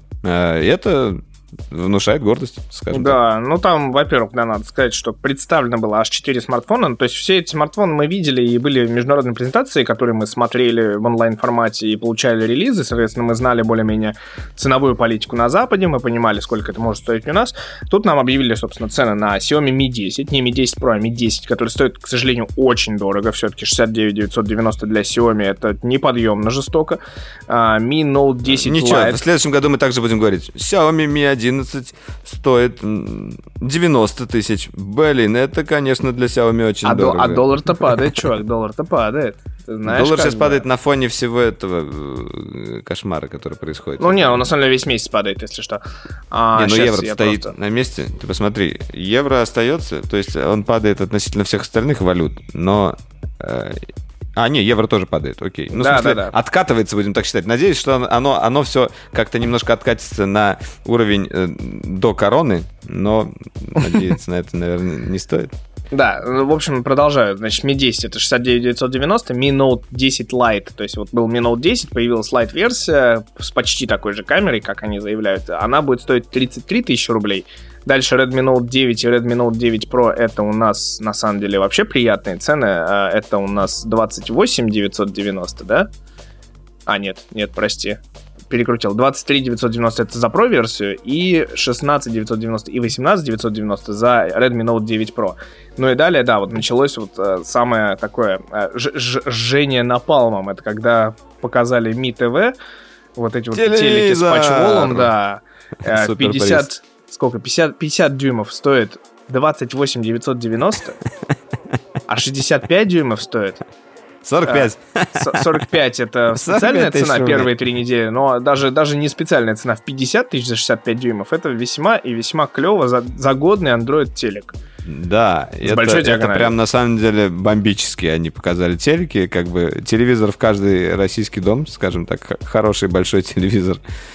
это... внушает гордость, скажем да, так. ну там, во-первых, да, надо сказать, что представлено было аж четыре смартфона, то есть все эти смартфоны мы видели и были в международной презентации, которые мы смотрели в онлайн-формате и получали релизы, соответственно, мы знали более-менее ценовую политику на Западе, мы понимали, сколько это может стоить у нас. Тут нам объявили, собственно, цены на Xiaomi Mi десять, не Mi десять Pro, а Mi десять, который стоит, к сожалению, очень дорого, все-таки шестьдесят девять тысяч девятьсот девяносто для Xiaomi, это неподъемно жестоко. Uh, Mi Note десять Ничего, Lite. в следующем году мы также будем говорить, Xiaomi Mi одиннадцать стоит девяносто тысяч. Блин, это, конечно, для Xiaomi очень а дорого. До, а доллар-то падает, чувак, доллар-то падает. Ты знаешь, доллар сейчас бы. падает на фоне всего этого кошмара, который происходит. Ну не, он на самом деле весь месяц падает, если что. А, не, ну евро стоит просто... на месте. Ты посмотри, евро остается, то есть он падает относительно всех остальных валют, но... Э, А, не, евро тоже падает, окей. Ну, да, в смысле, да, да. откатывается, будем так считать. Надеюсь, что оно, оно все как-то немножко откатится на уровень э, до короны, но надеяться на это, наверное, не стоит. Да, в общем, продолжаю. Значит, Mi десять это шестьдесят девять тысяч девятьсот девяносто, Mi Note десять Lite, то есть вот был Mi Note десять, появилась Lite-версия с почти такой же камерой, как они заявляют. Она будет стоить тридцать три тысячи рублей. Дальше Redmi Note девять и Redmi Note девять Pro это у нас на самом деле вообще приятные цены. Это у нас двадцать восемь тысяч девятьсот девяносто, да? А, нет, нет, прости. Перекрутил. двадцать три тысячи девятьсот девяносто это за Pro-версию, и шестнадцать тысяч девятьсот девяносто и восемнадцать тысяч девятьсот девяносто за Redmi Note девять Pro. Ну и далее, да, вот началось вот э, самое такое э, ж- ж- жжение напалмом. Это когда показали Mi ти ви, вот эти вот телеки с патчволом, да, э, пятьдесят, сколько, пятьдесят, пятьдесят дюймов стоит двадцать восемь тысяч девятьсот девяносто, а шестьдесят пять дюймов стоит... сорок пять. сорок пять это специальная цена первые три недели, но даже, даже не специальная цена в пятьдесят тысяч за шестьдесят пять дюймов. Это весьма и весьма клево за, за годный Android телек. Да, это, это прям на самом деле бомбически они показали телеки, как бы телевизор в каждый российский дом, скажем так, хороший большой телевизор.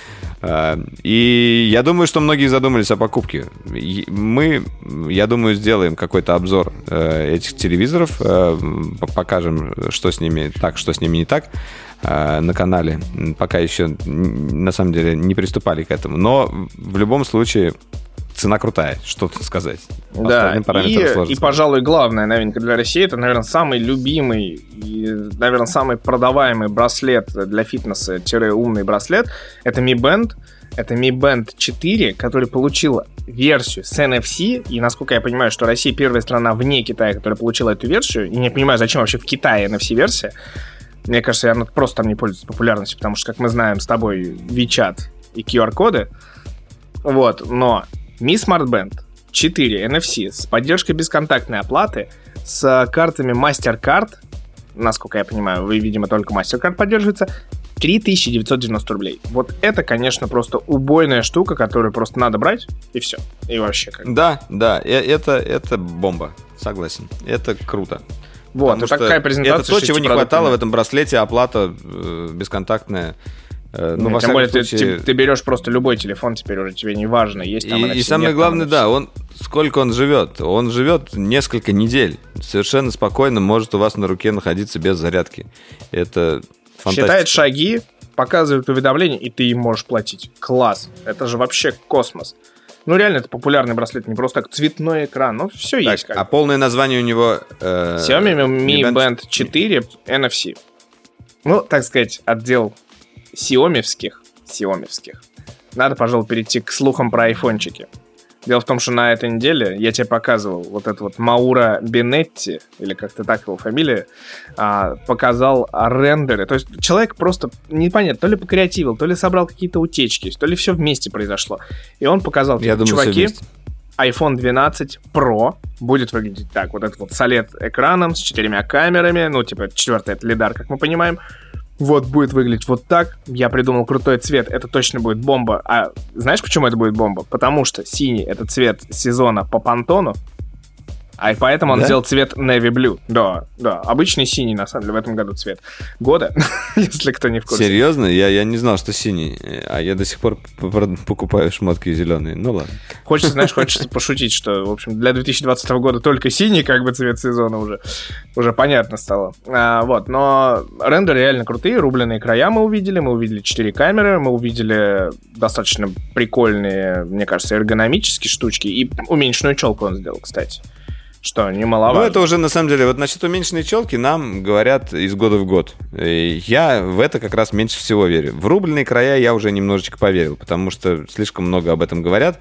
И я думаю, что многие задумались о покупке. Мы, я думаю, сделаем какой-то обзор этих телевизоров, покажем, что с ними так, что с ними не так на канале. Пока еще, на самом деле, не приступали к этому. Но в любом случае цена крутая, что тут сказать. Да, и, и, пожалуй, главная новинка для России, это, наверное, самый любимый и, наверное, самый продаваемый браслет для фитнеса-умный браслет. Это Mi Band. Это Mi Band четыре, который получил версию с эн эф си. И, насколько я понимаю, что Россия первая страна вне Китая, которая получила эту версию. И не понимаю, зачем вообще в Китае эн эф си-версия. Мне кажется, она просто там не пользуется популярностью, потому что, как мы знаем с тобой, WeChat и ку ар-коды. Вот, но... Mi Smart Band четыре эн эф си с поддержкой бесконтактной оплаты, с картами MasterCard, насколько я понимаю, вы, видимо, только MasterCard поддерживается, три тысячи девятьсот девяносто рублей. Вот это, конечно, просто убойная штука, которую просто надо брать, и все. И вообще как. Да, да, это, это бомба, согласен. Это круто. Вот, ну такая презентация. Это то, чего не хватало в этом браслете, оплата э, бесконтактная. Ну, ну, тем более, случае... ты, ты, ты берешь просто любой телефон, теперь уже тебе не важно, есть там эн эф си, и самое нет, главное, да, он, сколько он живет? Он живет несколько недель. Совершенно спокойно может у вас на руке находиться без зарядки. Это фантастика. Считает шаги, показывает уведомления, и ты им можешь платить. Класс. Это же вообще космос. Ну, реально, это популярный браслет, не просто так цветной экран, ну, все так, есть. Как а полное название у него... Э, Xiaomi Mi Band четыре эн эф си. Ну, так сказать, отдел... Сиомевских, сиомевских. Надо, пожалуй, перейти к слухам про айфончики. Дело в том, что на этой неделе я тебе показывал вот этот вот Маура Бенетти, или как-то так его фамилия, а, показал рендеры. То есть человек просто, непонятно, то ли покреативил, то ли собрал какие-то утечки, то ли все вместе произошло. И он показал, я думаю, чуваки, айфон двенадцать Pro будет выглядеть так. Вот этот вот с эл и ди-экраном, с четырьмя камерами. Ну, типа, четвертый — это лидар, как мы понимаем. Вот будет выглядеть вот так. Я придумал крутой цвет. Это точно будет бомба. А знаешь, почему это будет бомба? Потому что синий — это цвет сезона по Pantone. А и поэтому он да? сделал цвет Navy Blue. Да, да. Обычный синий, на самом деле, в этом году цвет года, если кто не в курсе. Серьезно? Я, я не знал, что синий. А я до сих пор покупаю шмотки зеленые. Ну ладно. Хочется, знаешь, хочется пошутить, что, в общем, для две тысячи двадцатого года только синий, как бы, цвет сезона уже, уже понятно стало. А, вот, но рендеры реально крутые, рубленые края мы увидели, мы увидели четыре камеры, мы увидели достаточно прикольные, мне кажется, эргономические штучки, и уменьшенную челку он сделал, кстати. Что, немаловажно. Ну, это уже, на самом деле, вот насчет уменьшенной челки нам говорят из года в год. И я в это как раз меньше всего верю. В рубленые края я уже немножечко поверил, потому что слишком много об этом говорят.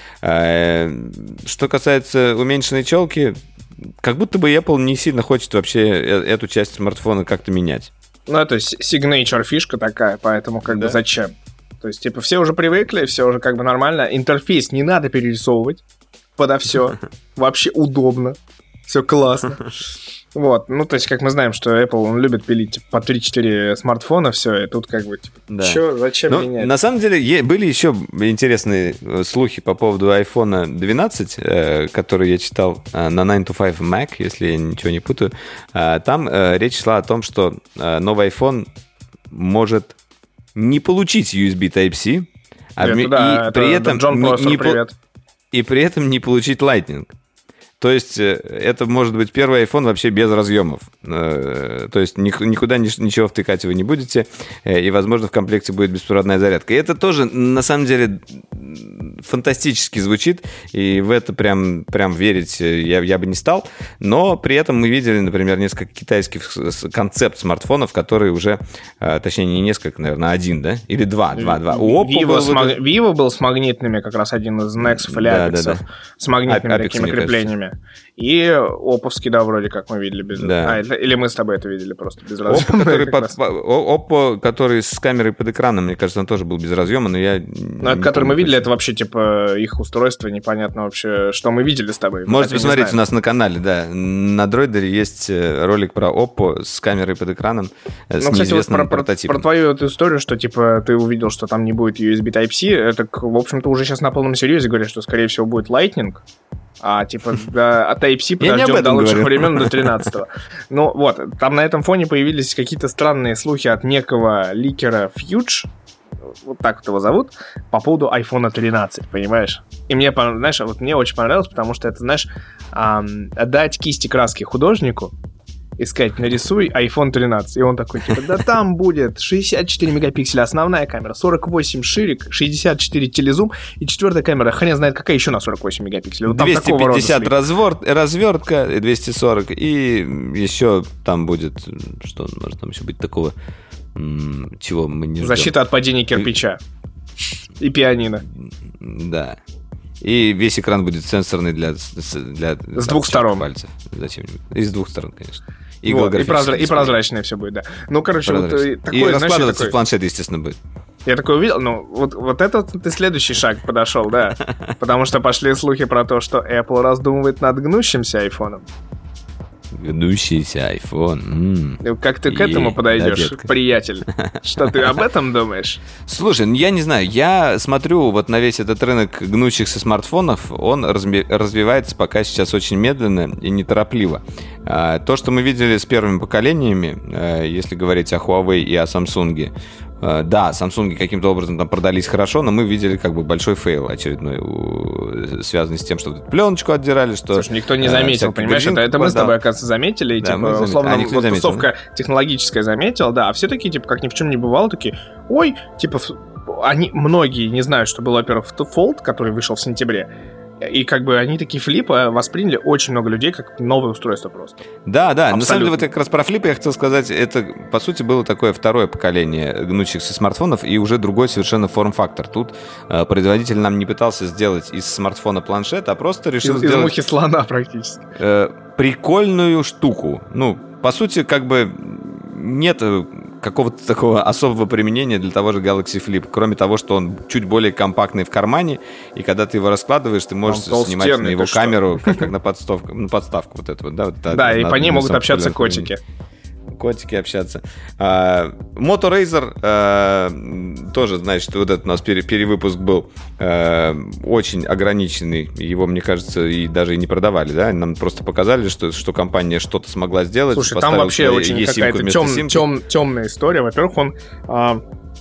Что касается уменьшенной челки, как будто бы Apple не сильно хочет вообще эту часть смартфона как-то менять. Ну, это signature фишка такая, поэтому как да. бы зачем? То есть, типа, все уже привыкли, все уже как бы нормально. Интерфейс не надо перерисовывать подо все. Вообще удобно. Все классно. Вот. Ну, то есть, как мы знаем, что Apple, он любит пилить типа, по три-четыре смартфона, все, и тут как бы, типа, да. чё, зачем ну, менять? На самом деле, е- были еще интересные слухи по поводу айфон двенадцать, э, который я читал э, на найн to файв Mac, если я ничего не путаю. Э, там э, речь шла о том, что э, новый iPhone может не получить ю эс би Type-C, а это, в... да, и это, при этом Джон не, Просер, не привет. и при этом не получить Lightning. То есть это может быть первый iPhone вообще без разъемов. То есть никуда ничего втыкать вы не будете, и, возможно, в комплекте будет беспроводная зарядка. И это тоже, на самом деле, фантастически звучит, и в это прям, прям верить я, я бы не стал. Но при этом мы видели, например, несколько китайских концепт-смартфонов, которые уже, точнее, не несколько, наверное, один, да? Или два, два, два. У Oppo Vivo, был, с маг... Vivo был с магнитными, как раз один из Nexus или да, Apex, да, да. с магнитными Apex, такими креплениями. И Oppo-вский, да, вроде как мы видели без... Да. А, или мы с тобой это видели просто без разъема. Oppo, который, под, Oppo, который с камерой под экраном, мне кажется, он тоже был без разъема, но я... Ну, это, который мы видели, точно. Это вообще, типа, их устройство, непонятно вообще, что мы видели с тобой. Можете посмотреть у нас на канале, да. На Дроидере есть ролик про Oppo с камерой под экраном, с ну, кстати, неизвестным вот про, прототипом. Про твою эту историю, что, типа, ты увидел, что там не будет ю эс би Type-C, это, в общем-то, уже сейчас на полном серьезе говорят, что, скорее всего, будет Lightning. А, типа, да, от Type-C подождем до лучших говорю. времен, до тринадцатого. Ну, вот, там на этом фоне появились какие-то странные слухи от некого ликера Fuge, вот так вот его зовут, по поводу айфон тринадцать, понимаешь? И мне, знаешь, вот мне очень понравилось, потому что это, знаешь, эм, отдать кисти краски художнику, и сказать, нарисуй айфон тринадцать. И он такой, типа, да там будет шестьдесят четыре мегапикселя основная камера, сорок восемь ширик, шестьдесят четыре телезум, и четвертая камера, хрен знает какая еще на сорок восемь мегапикселей. Вот двести пятьдесят развор, развертка, двести сорок, и еще там будет, что может там еще быть такого, чего мы не ждем. Защита от падения кирпича. И пианино. Да. И весь экран будет сенсорный для... для с двух сторон. Пальцев. Зачем-нибудь. И с двух сторон, конечно. И, вот, и, прозра- и прозрачное все будет, да. Ну, короче, вот такое... И знаешь, раскладываться такой... в планшет, естественно, будет. Я такой увидел, ну, вот, вот это ты следующий шаг подошел, да. Потому что пошли слухи про то, что Apple раздумывает над гнущимся айфоном. Гнущийся iPhone. М-м. Как ты к этому подойдешь, да, приятель? Что ты об этом думаешь? Слушай, ну я не знаю, я смотрю вот на весь этот рынок гнущихся смартфонов, он разби- развивается пока сейчас очень медленно и неторопливо. А, то, что мы видели с первыми поколениями, а, если говорить о Huawei и о Samsung, а, да, Samsung каким-то образом там продались хорошо, но мы видели как бы большой фейл очередной, у, связанный с тем, что пленочку отдирали, что... Слушай, никто не заметил, а, понимаешь, это, это мы с тобой, оказывается, заметили, и, да, типа, условно, а, вот заметил, тусовка да? технологическая заметила, да, а все такие, типа, как ни в чем не бывало, такие, ой, типа, они, многие не знают, что был, во-первых, Fold, который вышел в сентябре, и как бы они такие флипы восприняли очень много людей как новое устройство просто. Да, да, абсолютно. На самом деле вот как раз про флипы я хотел сказать, это по сути было такое второе поколение гнущихся смартфонов и уже другой совершенно форм-фактор. Тут э, производитель нам не пытался сделать из смартфона планшет, а просто решил из, сделать... Из мухи слона практически. Э, прикольную штуку. Ну, по сути, как бы нет какого-то такого особого применения для того же Galaxy Flip, кроме того, что он чуть более компактный в кармане, и когда ты его раскладываешь, ты можешь снимать на его камеру, как, как на, подставку, на подставку вот эту вот. Да, вот, да, да, и по ней могут общаться котики. Котики общаться. А, Motorazer а, тоже, значит, вот этот у нас пере, перевыпуск был а, очень ограниченный. Его, мне кажется, и даже и не продавали, да? Нам просто показали, что, что компания что-то смогла сделать. Слушай, там вообще очень какая-то тем, тем, темная история. Во-первых, он... А...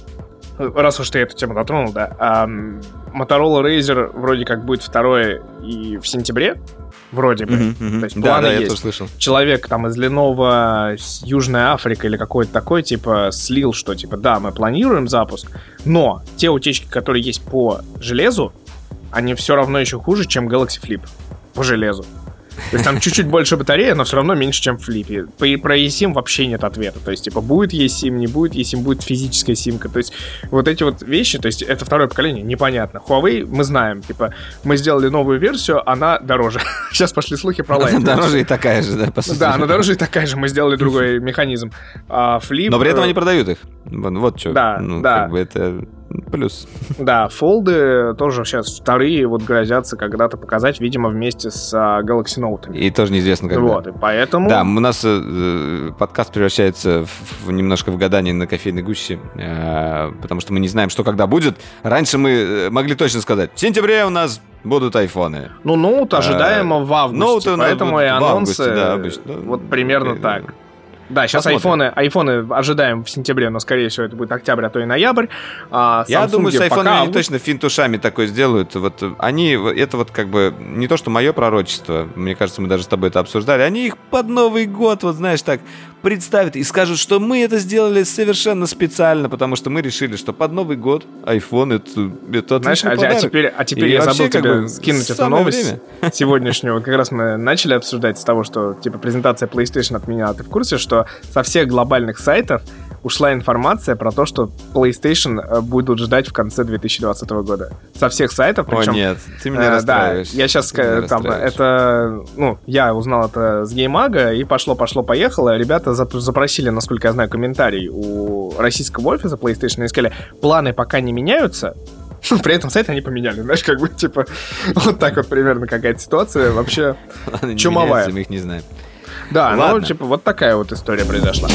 Раз уж ты эту тему затронул, да. А, Motorola Razr вроде как будет второе и в сентябре. Вроде бы. Uh-huh, uh-huh. То есть да, планы да, есть. Я тоже слышал. Человек там из Lenovo, Южная Африка или какой-то такой, типа, слил, что, типа, да, мы планируем запуск, но те утечки, которые есть по железу, они все равно еще хуже, чем Galaxy Flip по железу. То есть там чуть-чуть больше батарея, но все равно меньше, чем в флипе. Про eSIM вообще нет ответа. То есть, типа, будет eSIM, не будет eSIM, будет физическая симка. То есть, вот эти вот вещи, то есть, это второе поколение, непонятно. Huawei, мы знаем, типа, мы сделали новую версию, она дороже. Сейчас пошли слухи про Lite. Дороже и такая же, да, по сути. Да, она дороже и такая же, мы сделали другой механизм. А Flip... Но при этом они продают их. Вот что. Да, ну, да. Как бы это... Плюс. Да, фолды тоже сейчас вторые вот грозятся когда-то показать, видимо, вместе с а, Galaxy Note. И тоже неизвестно когда. Вот, и поэтому... Да, у нас э, подкаст превращается в, в немножко в гадание на кофейной гуще, э, потому что мы не знаем, что когда будет. Раньше мы могли точно сказать, в сентябре у нас будут айфоны. Ну, ноут ожидаемо а, в августе, ноуты поэтому и анонсы августе, да, обычно. Вот примерно и, так. Да, сейчас посмотрим. айфоны, айфоны ожидаем в сентябре, но, скорее всего, это будет октябрь, а то и ноябрь. А Я думаю, с айфонами пока... они точно финтушами такое сделают. Вот они, это вот как бы не то, что мое пророчество, мне кажется, мы даже с тобой это обсуждали, они их под Новый год, вот знаешь, так представят и скажут, что мы это сделали совершенно специально, потому что мы решили, что под Новый год iPhone это, это знаешь, а, подарок. а теперь, а теперь я забыл тебе бы, скинуть эту новость время. сегодняшнюю. Как раз мы начали обсуждать с того, что типа презентация PlayStation отменяла. Ты в курсе, что со всех глобальных сайтов ушла информация про то, что PlayStation будут ждать в конце две тысячи двадцатого года. Со всех сайтов. Причем, О, нет, ты меня э, расстраиваешь. Да, я сейчас там, это, ну, я узнал это с Геймага, и пошло-пошло-поехало. Ребята запросили, насколько я знаю, комментарий у российского офиса PlayStation и сказали, планы пока не меняются, но при этом сайт они поменяли. Знаешь, как бы, типа, вот так вот примерно какая-то ситуация вообще чумовая. Мы их не знаем. Да, ну, типа, вот такая вот история произошла.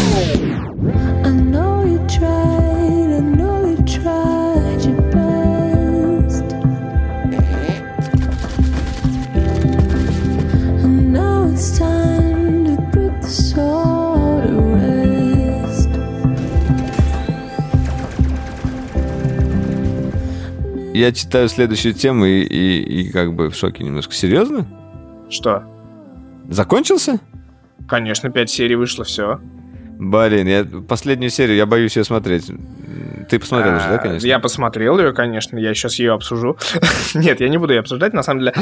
Я читаю следующую тему и, и, и как бы в шоке немножко. Серьезно? Что? Закончился? Конечно, пять серий вышло, все. Блин, я последнюю серию, я боюсь ее смотреть. Ты посмотрел уже, да, конечно? Я посмотрел ее, конечно, я сейчас ее обсужу. Нет, я не буду ее обсуждать, на самом деле.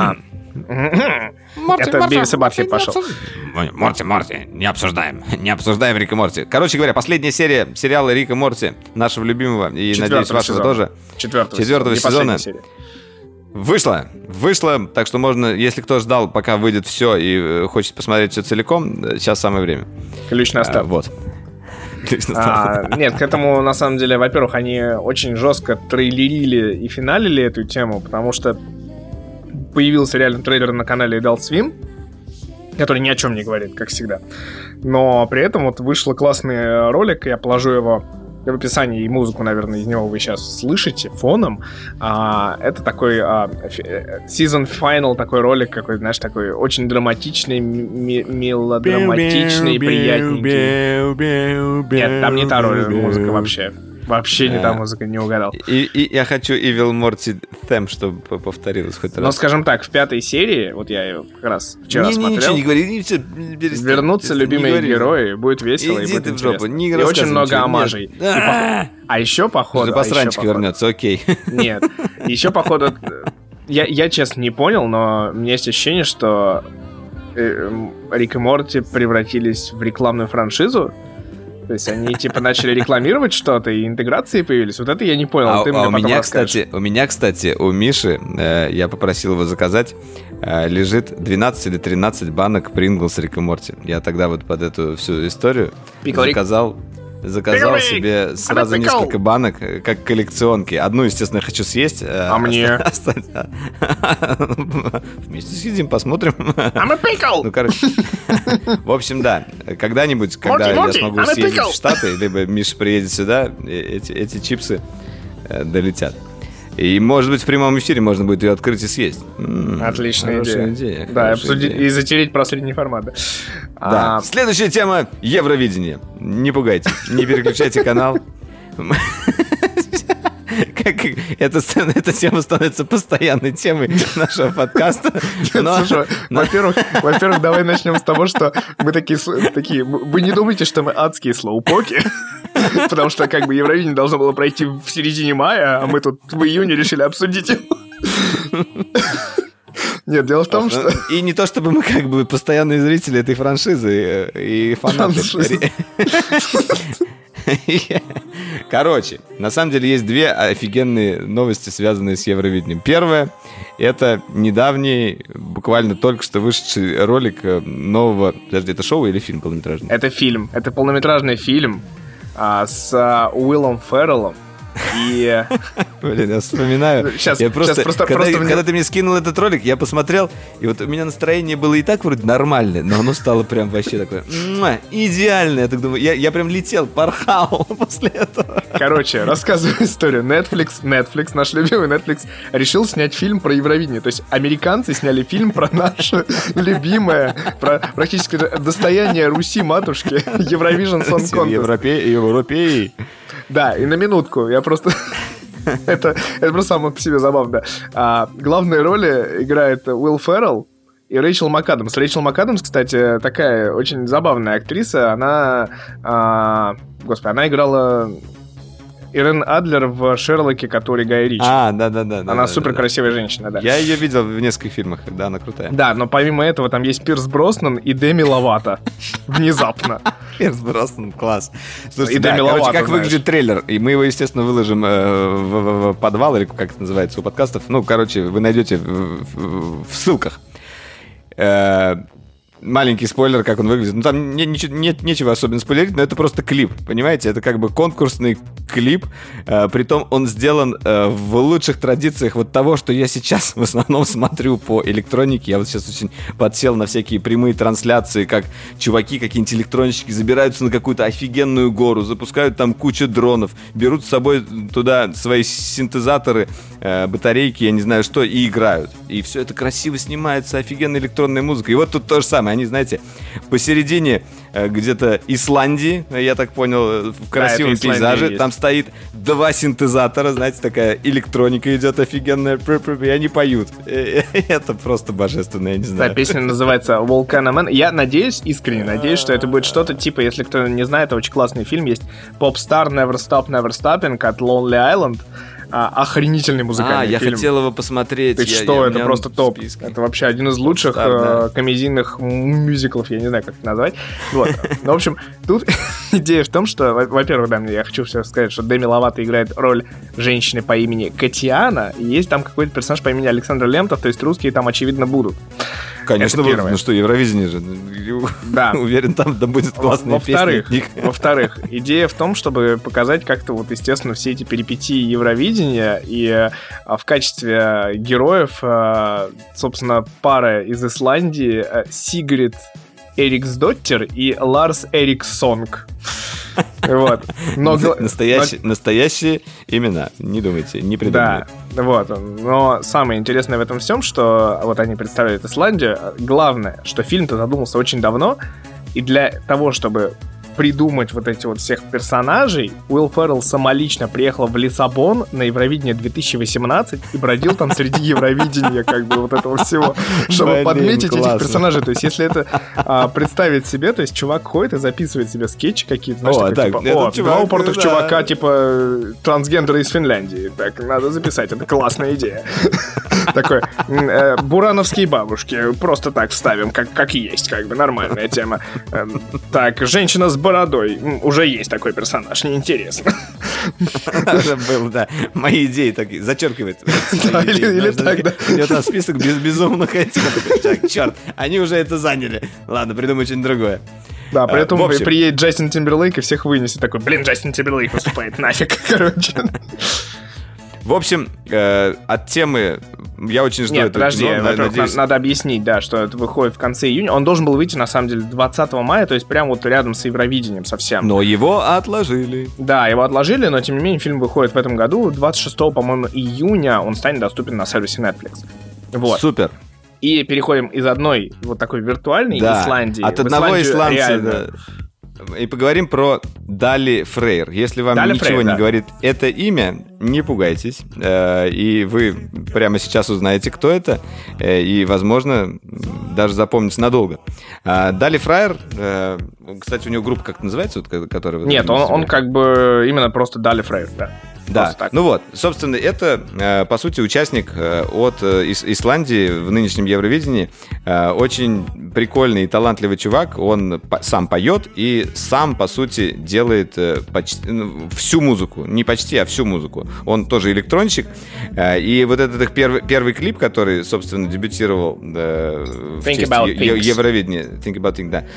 Это Бивис и Батхед пошел. Морти, Морти, не обсуждаем. Не обсуждаем Рик и Морти. Короче говоря, последняя серия сериала Рик и Морти, нашего любимого, и, надеюсь, вашего тоже. Четвертого, Четвертого сезона. Вышла, вышла, так что можно, если кто ждал, пока выйдет все и хочет посмотреть все целиком, сейчас самое время. Ключ на старт. А, вот. А, нет, к этому, на самом деле, во-первых, они очень жестко трейлерили и финалили эту тему, потому что появился реально трейлер на канале Adult Swim, который ни о чем не говорит, как всегда. Но при этом вот вышел классный ролик, я положу его в описании, и музыку, наверное, из него вы сейчас слышите фоном. А, это такой а, season final, такой ролик, какой, знаешь, такой очень драматичный, м- мелодраматичный, приятненький. Нет, там не та роль, музыка вообще. Вообще не та музыка, не угадал. И, и я хочу Evil Morty Theme, чтобы повторилось хоть раз. Ну, скажем так, в пятой серии, вот я ее как раз вчера не, смотрел. Ничего не говори, не все, перестань, вернутся перестань, любимые герои, будет весело. Иди и будет ты в жопу, интересно. Не и очень много омажей. И по... А еще походу... Посранчик вернется, окей. Нет, еще походу... Я, я честно не понял, но у меня есть ощущение, что Рик и Морти превратились в рекламную франшизу. То есть они типа начали рекламировать что-то, и интеграции появились. Вот это я не понял. А, ты а мне у потом меня, расскажешь. кстати, у меня, кстати, у Миши, э, я попросил его заказать, э, лежит двенадцать или тринадцать банок Принглс Рик и Морти. Я тогда вот под эту всю историю Пикл заказал... заказал Пикл! себе сразу Пикл! несколько банок, как коллекционки. Одну, естественно, я хочу съесть. А мне? Вместе съедим, посмотрим. I'm a pickle! Ну, короче. В общем, да. Когда-нибудь, когда Морти, я Морти, смогу I'm a съездить pickle! в Штаты, либо Миша приедет сюда, эти, эти чипсы э, долетят. И, может быть, в прямом эфире можно будет ее открыть и съесть. М-м, Отличная идея. идея. Да, хорошая обсудить идея. и затереть последний формат. Да. Да. А, Следующая тема — Евровидение. Не пугайте, не переключайте канал. Как эта, эта тема становится постоянной темой нашего подкаста. Но... Слушай, но... во-первых, во-первых, давай начнем с того, что мы такие, такие, вы не думаете, что мы адские слоупоки? Потому что как бы Евровидение должно было пройти в середине мая, а мы тут в июне решили обсудить его. Нет, дело в том, что... И не то, чтобы мы как бы постоянные зрители этой франшизы и фанаты. Короче, на самом деле есть две офигенные новости, связанные с Евровидением. Первое — это недавний, буквально только что вышедший ролик нового... Подожди, это шоу или фильм полнометражный? Это фильм, это полнометражный фильм а, с а, Уиллом Ферреллом. И... Блин, я вспоминаю. Сейчас, я просто, сейчас просто, когда, просто когда мне... ты мне скинул этот ролик, я посмотрел, и вот у меня настроение было и так вроде нормальное, но оно стало прям вообще такое муа, идеальное. Я так думаю, я, я прям летел, порхал после этого. Короче, рассказываю историю. Netflix, Netflix, наш любимый Netflix, решил снять фильм про Евровидение. То есть американцы сняли фильм про наше любимое, про практически достояние Руси-матушки, Eurovision Song Contest. Европей, европей. Да, и на минутку, я просто... это, это просто само по себе забавно. А, главные роли играет Уилл Феррелл и Рэйчел МакАдамс. Рэйчел МакАдамс, кстати, такая очень забавная актриса. Она... А, господи, она играла... Ирен Адлер в «Шерлоке», который Гай Ричи. А, да-да-да. Она да, супер да, красивая женщина, да. Я ее видел в нескольких фильмах, да, она крутая. Да, но помимо этого там есть Пирс Броснан и Деми Ловато. Внезапно. Пирс Броснан, класс. Слушайте, И да, Деми короче, Ловато, как знаешь. выглядит трейлер? И мы его, естественно, выложим э, в, в- в подвал, или как это называется у подкастов. Ну, короче, вы найдете в, в- в ссылках. Э, Маленький спойлер, как он выглядит. Ну, там не- ничего- нет нечего особенно спойлерить, но это просто клип, понимаете? Это как бы конкурсный клип. Э, притом он сделан э, в лучших традициях вот того, что я сейчас в основном смотрю по электронике. Я вот сейчас очень подсел на всякие прямые трансляции, как чуваки, какие-нибудь электронщики забираются на какую-то офигенную гору, запускают там кучу дронов, берут с собой туда свои синтезаторы, э, батарейки, я не знаю что, и играют. И все это красиво снимается, офигенная электронная музыка. И вот тут то же самое. Они, знаете, посередине э, где-то Исландии, я так понял, в красивом это Исландия пейзаже, есть. там стоит два синтезатора, знаете, такая электроника идет офигенная, и они поют. Э, э, Это просто божественно, я не Да, знаю. песня называется Volcano Man. Я надеюсь, искренне надеюсь, что это будет что-то типа, если кто не знает, очень классный фильм есть Popstar Never Stop Never Stopping от Lonely Island. А, охренительный музыкальный А, я фильм. хотел его посмотреть. Ты я- что, я- у это меня просто он в топ. списке. Это вообще один из лучших Popstar, э, комедийных мюзиклов, я не знаю, как это назвать. Вот. Ну, в общем, тут идея в том, что, во- во-первых, да, мне- я хочу все сказать, что Деми Ловато играет роль женщины по имени Катиана, и есть там какой-то персонаж по имени Александр Лемтов, то есть русские там, очевидно, будут. Конечно, Это будут. первое. Ну что, Евровидение же. Да. Уверен, там да будет классная Во-вторых, песня. во-вторых, идея в том, чтобы показать как-то вот, естественно, все эти перипетии Евровидения, и а, в качестве героев, а, собственно, пара из Исландии а, Сигрид Эриксдоттер и Ларс Эриксонг. Вот. Но, гла- Настоящие, настоящие имена. Не думайте, не придумали. Да, вот. Но самое интересное в этом всем, что вот они представляют Исландию. Главное, что фильм-то задумался очень давно, и для того, чтобы придумать вот эти вот всех персонажей, Уилл Феррелл самолично приехал в Лиссабон на Евровидение две тысячи восемнадцать и бродил там среди Евровидения, как бы вот этого всего, чтобы Блин, подметить классно. этих персонажей. То есть, если это а, представить себе, то есть чувак ходит и записывает себе скетчи какие-то, знаешь, О, такой, так, типа, этот о, чувак, два упортых да. чувака, типа трансгендера из Финляндии. Так, надо записать, это классная идея. Такой, м, э, бурановские бабушки, просто так вставим, как, как есть, как бы, нормальная тема. Эм, Так, женщина с бородой, М, уже есть такой персонаж, неинтересно. Уже был, да. Мои идеи такие, зачеркивает. Да, или- или так, да. Идет на список без безумных этих. Так, черт, они уже это заняли. Ладно, придумай что-нибудь другое. Да, при этом в общем... приедет Джастин Тимберлейк и всех вынесет. Такой, блин, Джастин Тимберлейк выступает, нафиг, короче. В общем, э, от темы я очень жду. Нет, подожди, эпизод, во-первых, надеюсь... надо объяснить, да, что это выходит в конце июня. Он должен был выйти, на самом деле, двадцатого мая, то есть прямо вот рядом с Евровидением совсем. Но его отложили. Да, его отложили, но, тем не менее, фильм выходит в этом году. двадцать шестого, по-моему, июня он станет доступен на сервисе Netflix. Вот. Супер. И переходим из одной вот такой виртуальной да, Исландии от одного исландца, да. И поговорим про Дали Фрейр. Если вам Дали ничего Фрейр, не да. говорит это имя, не пугайтесь. И вы прямо сейчас узнаете, кто это. И, возможно, даже запомните надолго. Дали Фрейр, кстати, у него группа как называется? Вот, которая Нет, он, он как бы именно просто Дали Фрейр, да. Да, ну вот, собственно, это, по сути, участник от Исландии в нынешнем Евровидении. Очень прикольный и талантливый чувак. Он сам поет и сам, по сути, делает почти, всю музыку. Не почти, а всю музыку. Он тоже электронщик. И вот этот их первый, первый клип, который, собственно, дебютировал в честь Евровидения. Think About Things, да.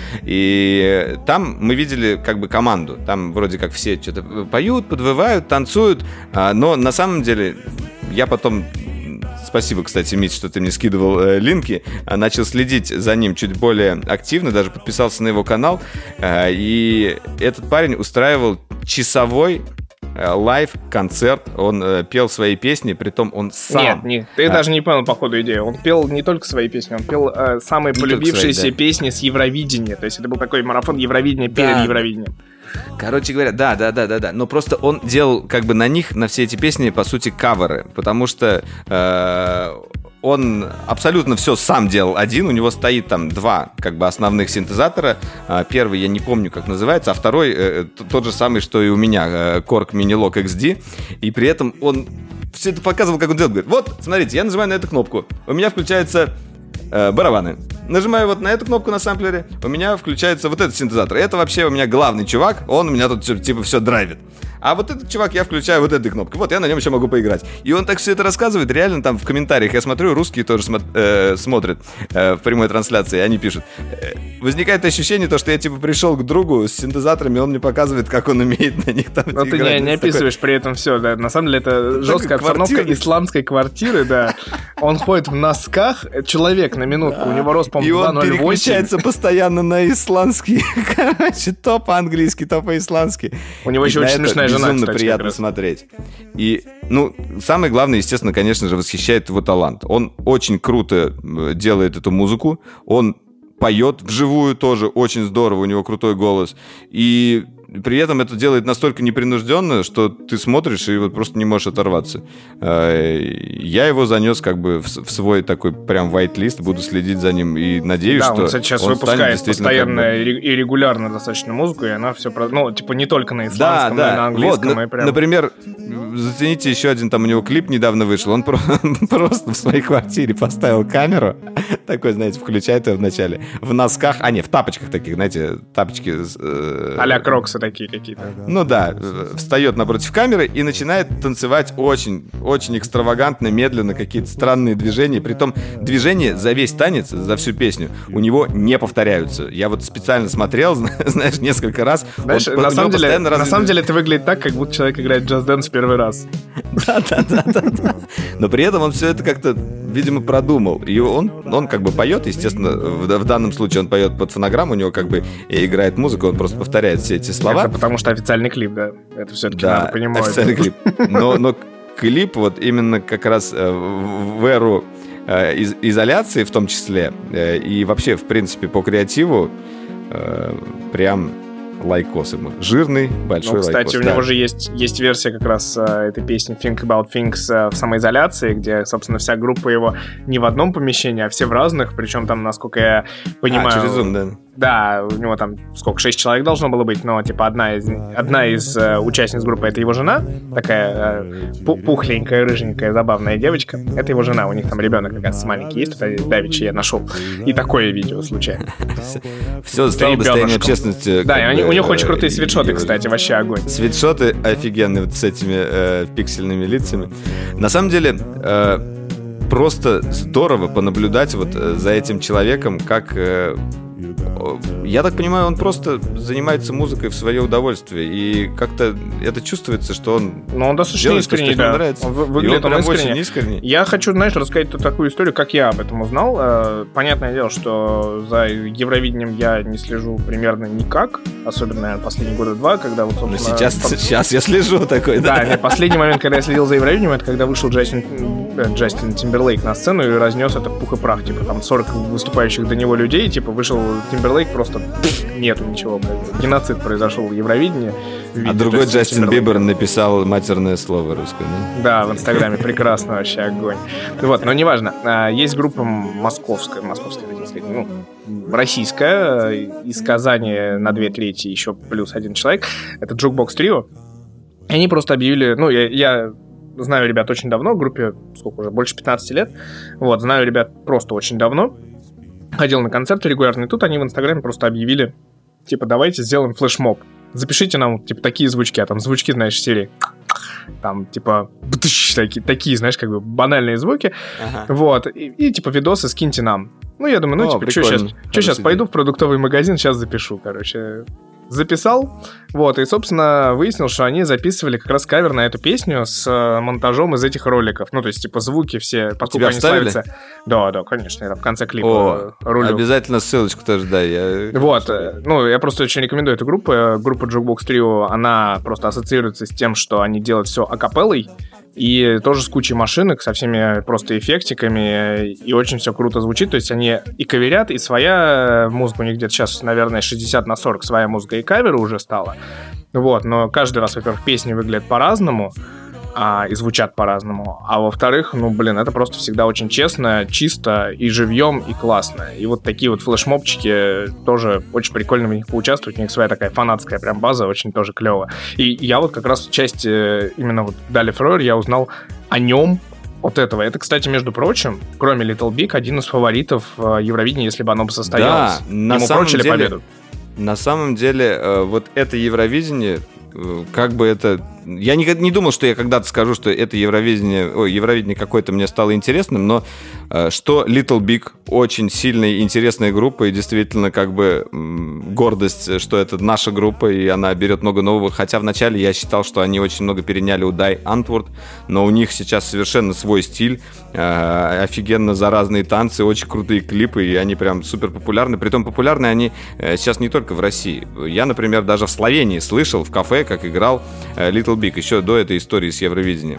И там мы видели как бы команду. Там вроде как все что-то поют, подвывают, танцуют. Но на самом деле я потом, спасибо, кстати, Митя, что ты мне скидывал э, линки, начал следить за ним чуть более активно, даже подписался на его канал, э, и этот парень устраивал часовой э, лайв-концерт, он э, пел свои песни, притом он сам... Нет, не, ты а... даже не понял, походу, идею. Он пел не только свои песни, он пел э, самые не полюбившиеся свои, да. песни с Евровидения, то есть это был такой марафон Евровидения перед да. Евровидением. Короче говоря, да, да, да, да, да. Но просто он делал как бы на них, на все эти песни, по сути, каверы. Потому что э, он абсолютно все сам делал один. У него стоит там два как бы основных синтезатора. Первый я не помню, как называется, а второй э, тот же самый, что и у меня, э, Korg Minilogue икс ди. И при этом он все это показывал, как он делает. Говорит, вот, смотрите, я нажимаю на эту кнопку. У меня включается... барабаны. Нажимаю вот на эту кнопку на самплере, у меня включается вот этот синтезатор. Это вообще у меня главный чувак, он у меня тут типа все драйвит. А вот этот чувак я включаю вот этой кнопкой. Вот, я на нем еще могу поиграть. И он так все это рассказывает. Реально там в комментариях, я смотрю, русские тоже смо- э, смотрят э, в прямой трансляции, они пишут. Э, возникает ощущение, то, что я типа пришел к другу с синтезаторами, он мне показывает, как он умеет на них там Но играть. Но ты не, не описываешь такой... при этом все, да. На самом деле это жесткая обстановка исландской квартиры, да. Он ходит в носках, человек на минутку, у него рост, по-моему, два ноль восемь. И он переключается постоянно на исландский. Короче, то по-английски, то по-исландски. У него еще очень смешная жена, безумно кстати, приятно смотреть. И, ну, самое главное, естественно, конечно же, восхищает его талант. Он очень круто делает эту музыку. Он поет вживую тоже очень здорово, у него крутой голос. И при этом это делает настолько непринужденно, что ты смотришь и вот просто не можешь оторваться. Я его занес как бы в свой такой прям white-лист, буду следить за ним и надеюсь, да, что он, кстати, сейчас он выпускает постоянно как бы... и регулярно достаточно музыку, и она все, ну, типа не только на исландском, да, но да. и на английском. Вот, и прям... Например, зацените еще один, там у него клип недавно вышел, он просто в своей квартире поставил камеру, такой, знаете, включает ее вначале, в носках, а не, в тапочках таких, знаете, тапочки... а-ля кроксы такие какие-то. Ну да, встает напротив камеры и начинает танцевать очень, очень экстравагантно, медленно, какие-то странные движения. Притом движения за весь танец, за всю песню у него не повторяются. Я вот специально смотрел, знаешь, несколько раз. Знаешь, он, на, самом деле, на раз... самом деле это выглядит так, как будто человек играет Just Dance первый раз. Да-да-да. Но при этом он все это как-то, видимо, продумал. И он, он как бы поет, естественно, в, в данном случае он поет под фонограмму, у него как бы играет музыку, он просто повторяет все эти слова. Это потому что официальный клип, да? Это все-таки да, надо понимать. официальный клип. Но, но клип вот именно как раз э, в, в эру э, из, изоляции в том числе, э, и вообще, в принципе, по креативу э, прям... лайкос ему. Жирный, большой лайкос. Ну, кстати, лайкос, у да. него же есть, есть версия как раз а, этой песни Think About Things а, в самоизоляции, где, собственно, вся группа его не в одном помещении, а все в разных, причем там, насколько я понимаю... А, через Zoom, да. Да, у него там, сколько, шесть человек должно было быть, но, типа, одна из, одна из uh, участниц группы — это его жена, такая uh, пухленькая, рыженькая, забавная девочка. Это его жена, у них там ребенок, как раз, маленький есть, это давеча я нашел. И такое видео случайно. Все стало достоянием общественности. Да, и у них очень крутые свитшоты, кстати, вообще огонь. Свитшоты офигенные, вот с этими э, пиксельными лицами. На самом деле, э, просто здорово понаблюдать вот за этим человеком, как... Э, я так понимаю, он просто занимается музыкой в свое удовольствие, и как-то это чувствуется, что он... Ну, он достаточно делает, искренний, что да. нравится. Он вы- И выглядит он он прям искренне. очень искренний. Я хочу, знаешь, рассказать тут такую историю, как я об этом узнал. Э, Понятное дело, что за Евровидением я не слежу примерно никак, особенно, наверное, последние года два, когда вот, Ну, собственно... сейчас, по- сейчас я слежу такой, да. Да, нет, последний момент, когда я следил за Евровидением, это когда вышел Джастин, э, Джастин Тимберлейк на сцену и разнес это в пух и прах. Типа, там сорок выступающих до него людей, типа, вышел Тимберлейк, просто пфф, нету ничего. Блядь. Геноцид произошел в Евровидении. в виде А другой Джастина Джастин Тимберлейка. Бибер написал матерное слово русское, да? Да, в Инстаграме прекрасно вообще огонь. Вот, но неважно. А, Есть группа московская, московская, хотел сказать, ну, российская, э, из Казани на две трети еще плюс один человек. Это Jukebox Trio. И они просто объявили, ну, я, я знаю ребят очень давно, в группе, сколько уже, больше пятнадцати лет. Вот, знаю ребят просто очень давно. Ходил на концерты регулярно, и тут они в Инстаграме просто объявили, типа, давайте сделаем флешмоб. Запишите нам, типа, такие звучки, а там звучки, знаешь, серии. Там, типа, бтыщ, такие, такие, знаешь, как бы банальные звуки. Ага. Вот, и, и, типа, видосы скиньте нам. Ну, я думаю, ну, О, типа, что прикольно. сейчас, что Хорошая сейчас идея. пойду в продуктовый магазин, сейчас запишу, короче. Записал, вот, и, собственно, выяснил, что они записывали как раз кавер на эту песню с э, монтажом из этих роликов. Ну, то есть, типа, звуки все, поскольку Тебя они вставили? славятся. Да, да, конечно, это в конце клипа О, э, рулю. обязательно ссылочку тоже дай. Я... Вот, э, ну, я просто очень рекомендую эту группу. Э, Группа Jukebox Trio, она просто ассоциируется с тем, что они делают все акапеллой, и тоже с кучей машинок, со всеми просто эффектиками, и очень все круто звучит. То есть они и каверят, и своя музыка у них где-то сейчас, наверное, шестьдесят на сорок своя музыка и каверы уже стала. Вот, но каждый раз, во-первых, песни выглядят по-разному, а, и звучат по-разному. А во-вторых, ну, блин, это просто всегда очень честно, чисто, и живьем, и классно. И вот такие вот флешмобчики тоже очень прикольно в них поучаствовать. У них своя такая фанатская прям база, очень тоже клево. И я вот как раз в части именно вот Дали Фройер я узнал о нем, от этого. Это, кстати, между прочим, кроме Little Big, один из фаворитов э, Евровидения, если бы оно бы состоялось. Да, на Ему самом прочили деле- победу. На самом деле, э, вот это Евровидение, э, как бы это... Я не, не думал, что я когда-то скажу, что это Евровидение, ой, Евровидение какое-то мне стало интересным, но э, что Little Big очень сильная и интересная группа, и действительно как бы м, гордость, что это наша группа, и она берет много нового. Хотя вначале я считал, что они очень много переняли у Die Antwoord, но у них сейчас совершенно свой стиль, э, офигенно заразные танцы, очень крутые клипы, и они прям супер популярны. Притом популярны они э, сейчас не только в России. Я, например, даже в Словении слышал в кафе, как играл э, Little Big, еще до этой истории с Евровидением.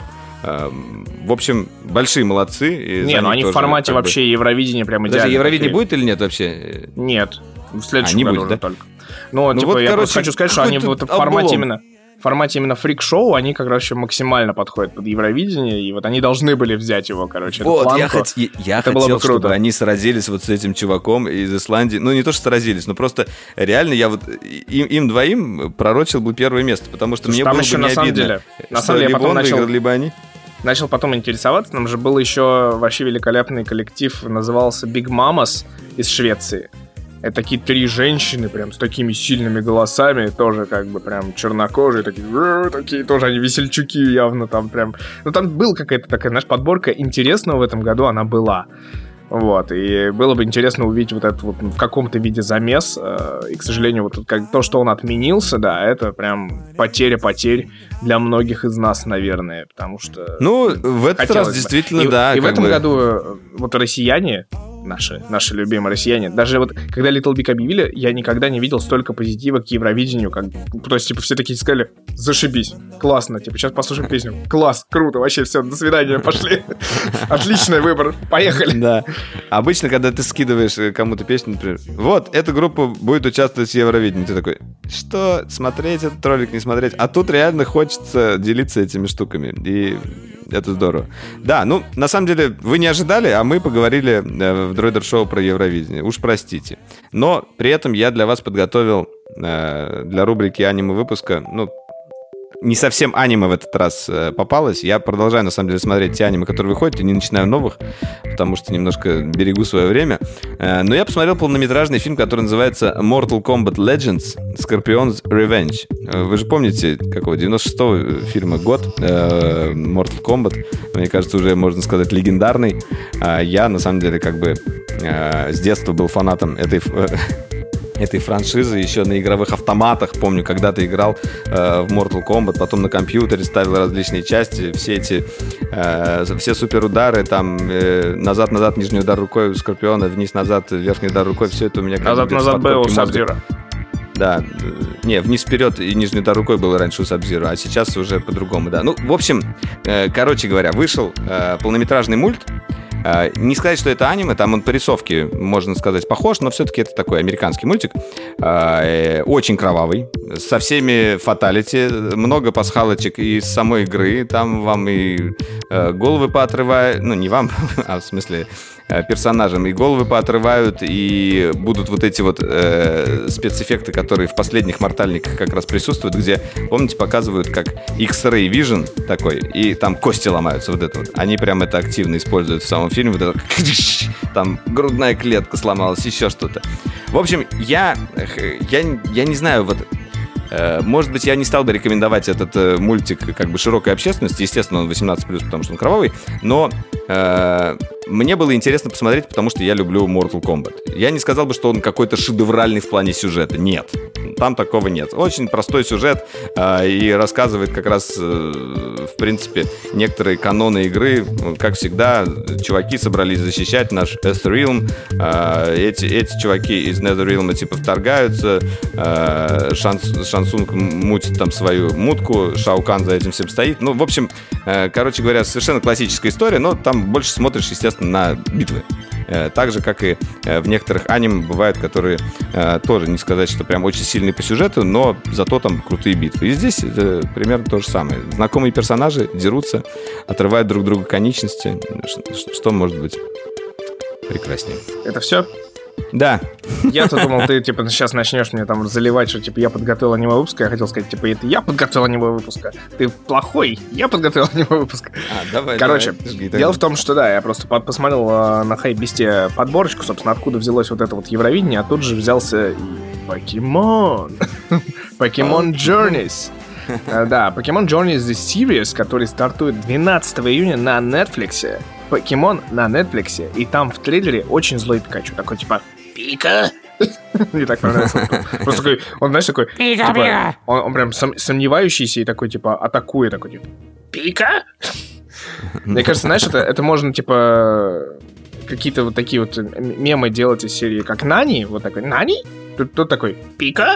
Эм, В общем, большие молодцы. и за Не, ну них они в тоже формате как бы- вообще Евровидения прям Подожди, идеально. Евровидение такие. будет или нет вообще? Нет, в следующем А, не году будет, уже да? только. Ну, Ну типа, вот, я короче, просто хочу сказать, что они какой-то вот в формате облом. именно, в формате именно фрик-шоу, они как раз еще максимально подходят под Евровидение, и вот они должны были взять его, короче, эту Вот, я, планку. хот- я Это было хотел, бы круто. чтобы они сразились вот с этим чуваком из Исландии. Ну, не то, что сразились, но просто реально я вот им, им двоим пророчил бы первое место, потому что Слушай, мне там было еще бы на не самом обидно, деле- на что самом деле я либо потом он начал- выиграл, либо они. Начал потом интересоваться, там же был еще вообще великолепный коллектив, назывался Big Mamas из Швеции. Это такие три женщины, прям с такими сильными голосами, тоже как бы прям чернокожие, такие, «Рррр», такие тоже они весельчаки явно там прям. Ну там была какая-то такая, знаешь, подборка интересного в этом году, она была. Вот, и было бы интересно увидеть вот этот вот в каком-то виде замес, э, и, к сожалению, вот как, то, что он отменился, да, это прям потеря потерь для многих из нас, наверное, потому что... Ну, в этот Хотелось раз бы. действительно, и, да. И в как этом бы. году э, вот россияне, наши, наши любимые россияне, даже вот когда Little Big объявили, я никогда не видел столько позитива к Евровидению, как, то есть, типа, все такие сказали, зашибись, классно, типа, сейчас послушаем песню, класс, круто, вообще все, до свидания, пошли, отличный выбор, поехали. Да. Обычно, когда ты скидываешь э, кому-то песню, например, вот, эта группа будет участвовать в Евровидении, ты такой, что, смотреть этот ролик, не смотреть? А тут реально хочется делиться этими штуками, и это здорово. Да, ну, на самом деле, вы не ожидали, а мы поговорили э, в Дроидер-шоу про Евровидение, уж простите. Но при этом я для вас подготовил э, для рубрики аниме-выпуска, ну, не совсем аниме в этот раз э, попалось. Я продолжаю, на самом деле, смотреть те аниме, которые выходят, и не начинаю новых, потому что немножко берегу свое время. Э, но я посмотрел полнометражный фильм, который называется Mortal Kombat Legends Scorpion's Revenge. Э, вы же помните, какого, девяносто шестого фильма год, э, Mortal Kombat. Мне кажется, уже, можно сказать, легендарный. А я, на самом деле, как бы э, с детства был фанатом этой... этой франшизы еще на игровых автоматах. Помню, когда-то играл э, в Mortal Kombat, потом на компьютере ставил различные части, все эти, э, все суперудары, там, э, назад-назад, нижний удар рукой у Скорпиона, вниз-назад, верхний удар рукой, все это у меня... Назад-назад был у Сабзира. Да, не, вниз-вперед и нижний удар рукой было раньше у Сабзира, а сейчас уже по-другому, да. Ну, в общем, э, короче говоря, вышел э, полнометражный мульт. Э, не сказать, что это аниме, там он по рисовке, можно сказать, похож, но все-таки это такой американский мультик. Э, очень кровавый, со всеми фаталити, много пасхалочек из самой игры. Там вам и э, головы поотрывают, ну, не вам, а в смысле... персонажам, и головы поотрывают, и будут вот эти вот э, спецэффекты, которые в последних «Мортальниках» как раз присутствуют, где, помните, показывают, как X-Ray Vision такой, и там кости ломаются, вот это вот. Они прям это активно используют в самом фильме, вот это, там грудная клетка сломалась, еще что-то. В общем, я, я, я не знаю, вот может быть, я не стал бы рекомендовать этот э, мультик как бы широкой общественности. Естественно, он восемнадцать плюс, потому что он кровавый. Но э, мне было интересно посмотреть, потому что я люблю Mortal Kombat. Я не сказал бы, что он какой-то шедевральный в плане сюжета. Нет, там такого нет. Очень простой сюжет э, и рассказывает как раз, э, в принципе, некоторые каноны игры. Как всегда, чуваки собрались защищать наш Ethereum. Э, эти, эти чуваки из Netherrealm типа вторгаются. Э, шанс, шанс Сунг мутит там свою мутку, Шаукан за этим всем стоит. Ну, в общем, э, короче говоря, совершенно классическая история, но там больше смотришь, естественно, на битвы. Э, так же, как и э, в некоторых аниме бывают, которые э, тоже, не сказать, что прям очень сильные по сюжету, но зато там крутые битвы. И здесь э, примерно то же самое. Знакомые персонажи дерутся, отрывают друг друга конечности. Что, что может быть прекраснее? Это все? Да. Я-то думал, ты, типа, сейчас начнешь мне там заливать, что, типа, я подготовил аниме выпуск. Я хотел сказать, типа, это я подготовил аниме выпуск. Ты плохой, я подготовил аниме выпуск. А, давай, Короче, давай, жги, дело в том, что, да, я просто посмотрел э, на Хайбисте подборочку, собственно, откуда взялось вот это вот Евровидение, а тут же взялся и Покемон. Покемон Journeys. Да, Покемон Journeys The Series, который стартует двенадцатого июня на Netflix. Покемон на Netflix, и там в трейлере очень злой Пикачу. Такой, типа, Пика? Мне так понравился. Просто такой, он, знаешь, такой, типа, он, он прям сом- сомневающийся и такой, типа, атакует, такой, типа, Пика? Мне кажется, знаешь, это, это можно, типа, какие-то вот такие вот мемы делать из серии, как Нани, вот такой, Нани? Тут, тут такой, Пика?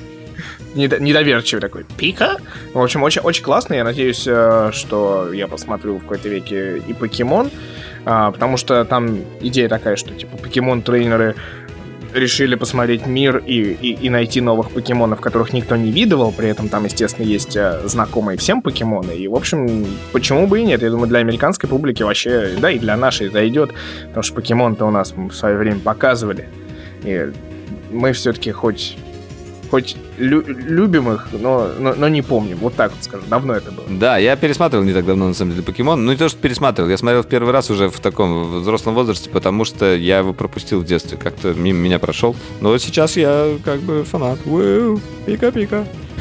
Недоверчивый такой, Пика? В общем, очень, очень классно. Я надеюсь, что я посмотрю в какой-то веке и Покемон, потому что там идея такая, что типа покемон-трейнеры решили посмотреть мир и, и, и найти новых покемонов, которых никто не видывал. При этом там, естественно, есть знакомые всем покемоны. И, в общем, почему бы и нет? Я думаю, для американской публики вообще, да, и для нашей зайдет. Потому что покемон-то у нас в свое время показывали. И мы все-таки хоть... Хоть лю- любим их, но, но, но не помним. Вот так вот скажу. Давно это было. Да, я пересматривал не так давно, на самом деле, Покемон. Ну, не то, что пересматривал. Я смотрел в первый раз уже в таком взрослом возрасте, потому что я его пропустил в детстве. Как-то мимо меня прошел. Но вот сейчас я как бы фанат. Уэу, пика-пика.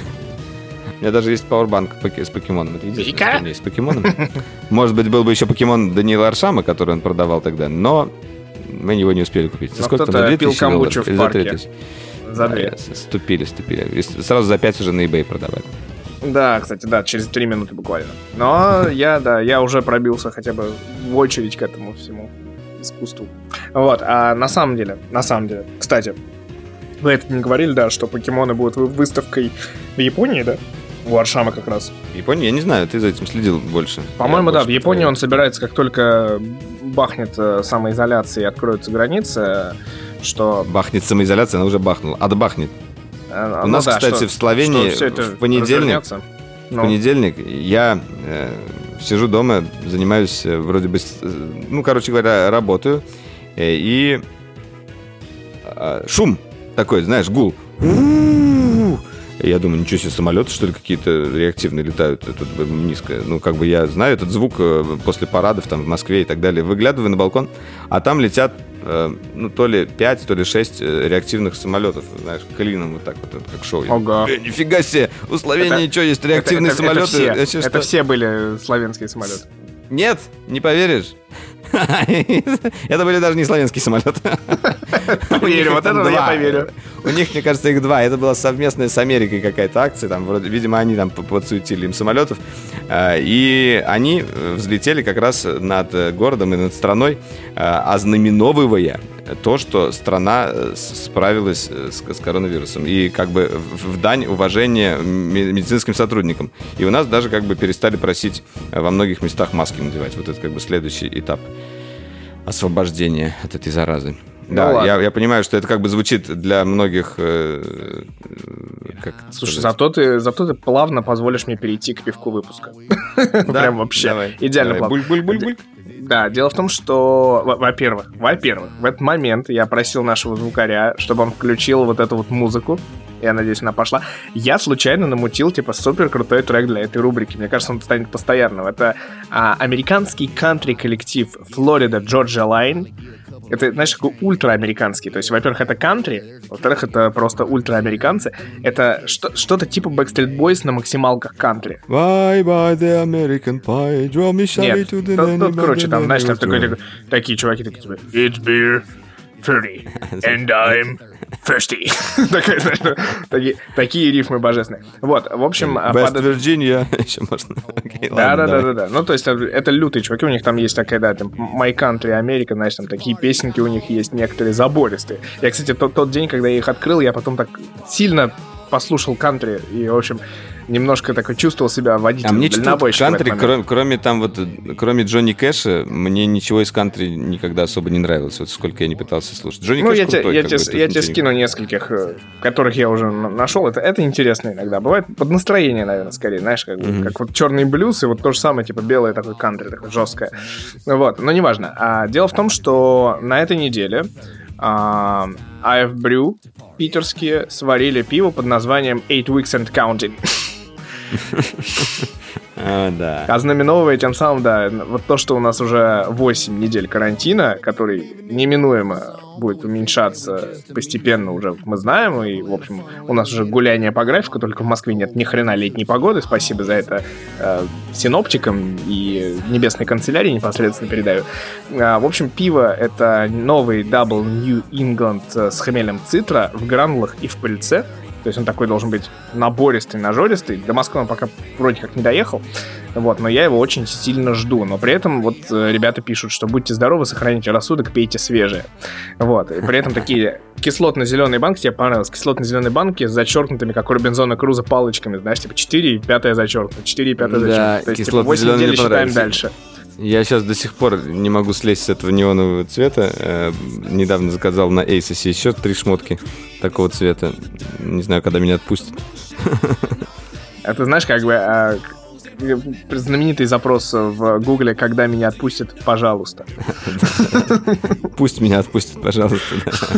У меня даже есть пауэрбанк с покемоном. Это единственное, что у меня есть с покемоном. Может быть, был бы еще покемон Даниила Аршама, который он продавал тогда, но мы его не успели купить. Но сколько кто-то пил камбучу в парке. За две. А, ступили, ступили. И сразу за пять уже на eBay продавали. Да, кстати, да, через три минуты буквально. Но я, да, я уже пробился хотя бы в очередь к этому всему искусству. Вот, а на самом деле, на самом деле, кстати, вы это не говорили, да, что покемоны будут выставкой в Японии, да? У Аршама как раз. В Японии? Я не знаю, ты за этим следил больше. По-моему, да, в Японии он собирается, как только бахнет самоизоляция и откроются границы, что... Бахнет самоизоляция, она уже бахнула. А да бахнет. А, У ну нас, да, кстати, что, в Словении в понедельник, в ну. понедельник я э, сижу дома, занимаюсь э, вроде бы, э, ну, короче говоря, работаю, э, и э, шум такой, знаешь, гул. Я думаю, ничего себе, самолеты, что ли, какие-то реактивные летают тут низко. Ну, как бы я знаю этот звук после парадов там в Москве и так далее. Выглядываю на балкон, а там летят, э, ну, то ли пять, то ли шесть реактивных самолетов, знаешь, клином вот так вот, как шоу. Ого. Э, нифига себе, у Словении это, что, есть реактивные это, это, самолеты? Это, все, это все были славянские самолеты. Нет, не поверишь. Это были даже не славянские самолеты. Поверю, вот это я поверю. У них, мне кажется, их два. Это была совместная с Америкой какая-то акция. Там, вроде, видимо, они там подсуетили им самолетов. И они взлетели как раз над городом и над страной, ознаменовывая то, что страна справилась с, с коронавирусом. И как бы в дань уважения медицинским сотрудникам. И у нас даже как бы перестали просить во многих местах маски надевать. Вот это как бы следующий этап освобождения от этой заразы. Ну, да, я, я понимаю, что это как бы звучит для многих... Э, как Слушай, зато ты, зато ты плавно позволишь мне перейти к пивку выпуска. Прям вообще. Идеально плавно. Буль-буль-буль-буль. Да, дело в том, что, во-первых, во-первых, в этот момент я просил нашего звукаря, чтобы он включил вот эту вот музыку. Я надеюсь, она пошла. Я случайно намутил, типа, супер крутой трек для этой рубрики. Мне кажется, он станет постоянным. Это а, американский кантри-коллектив Florida Georgia Line. Это, знаешь, такой ультраамериканский. То есть, во-первых, это кантри, во-вторых, это просто ультраамериканцы. Это что- что-то типа Backstreet Boys на максималках кантри. Bye bye the American pie, draw me shy Нет, to the тут, тут круче, там, знаешь, там такой, такой, такие чуваки, такие, типа, it's beer, thirty, and I'm thirsty. Такая, знаешь, такие, такие рифмы божественные. Вот, в общем... West под... Virginia, еще можно. Okay, Да-да-да. Ну, то есть, это лютые чуваки, у них там есть такая, да, там, My Country America, знаешь, там такие песенки у них есть, некоторые забористые. Я, кстати, тот, тот день, когда я их открыл, я потом так сильно послушал кантри, и, в общем... Немножко такой чувствовал себя водителем. А мне что-то кантри, кроме, кроме там вот, кроме Джонни Кэша, мне ничего из кантри никогда особо не нравилось, вот сколько я не пытался слушать. Джонни ну, Кэш я крутой. Я, я, тебе, я тебе скину не... нескольких, которых я уже нашел. Это, это интересно иногда. Бывает под настроение, наверное, скорее, знаешь, как, mm-hmm. как вот черный блюз, и вот то же самое, типа белое такое кантри, такое жесткое. Вот, но неважно. А, дело в том, что на этой неделе а, ай эф Brew питерские сварили пиво под названием Eight Weeks and Counting. О, да. Ознаменовывая тем самым, да, вот то, что у нас уже восемь недель карантина, который неминуемо будет уменьшаться постепенно уже, мы знаем, и, в общем, у нас уже гуляние по графику, только в Москве нет ни хрена летней погоды, спасибо за это э, синоптикам и небесной канцелярии непосредственно передаю. Э, в общем, пиво — это новый Double New England с хмелем цитра в гранулах и в пыльце. То есть он такой должен быть набористый, нажористый. До Москвы он пока вроде как не доехал. Вот, но я его очень сильно жду. Но при этом вот ребята пишут, что будьте здоровы, сохраните рассудок, пейте свежее. Вот. И при этом такие кислотно-зеленые банки, тебе понравилось, кислотно-зеленые банки с зачеркнутыми, как у Робинзона Круза, палочками, знаешь, типа четыре и пятое зачеркнуто, четыре и пятое да, зачеркнуто. То есть типа восемь недель считаем дальше. Я сейчас до сих пор не могу слезть с этого неонового цвета. Э, недавно заказал на Asos еще три шмотки такого цвета. Не знаю, когда меня отпустят. Это знаешь, как бы а, знаменитый запрос в Гугле: когда меня отпустят, пожалуйста. Пусть меня отпустят, пожалуйста.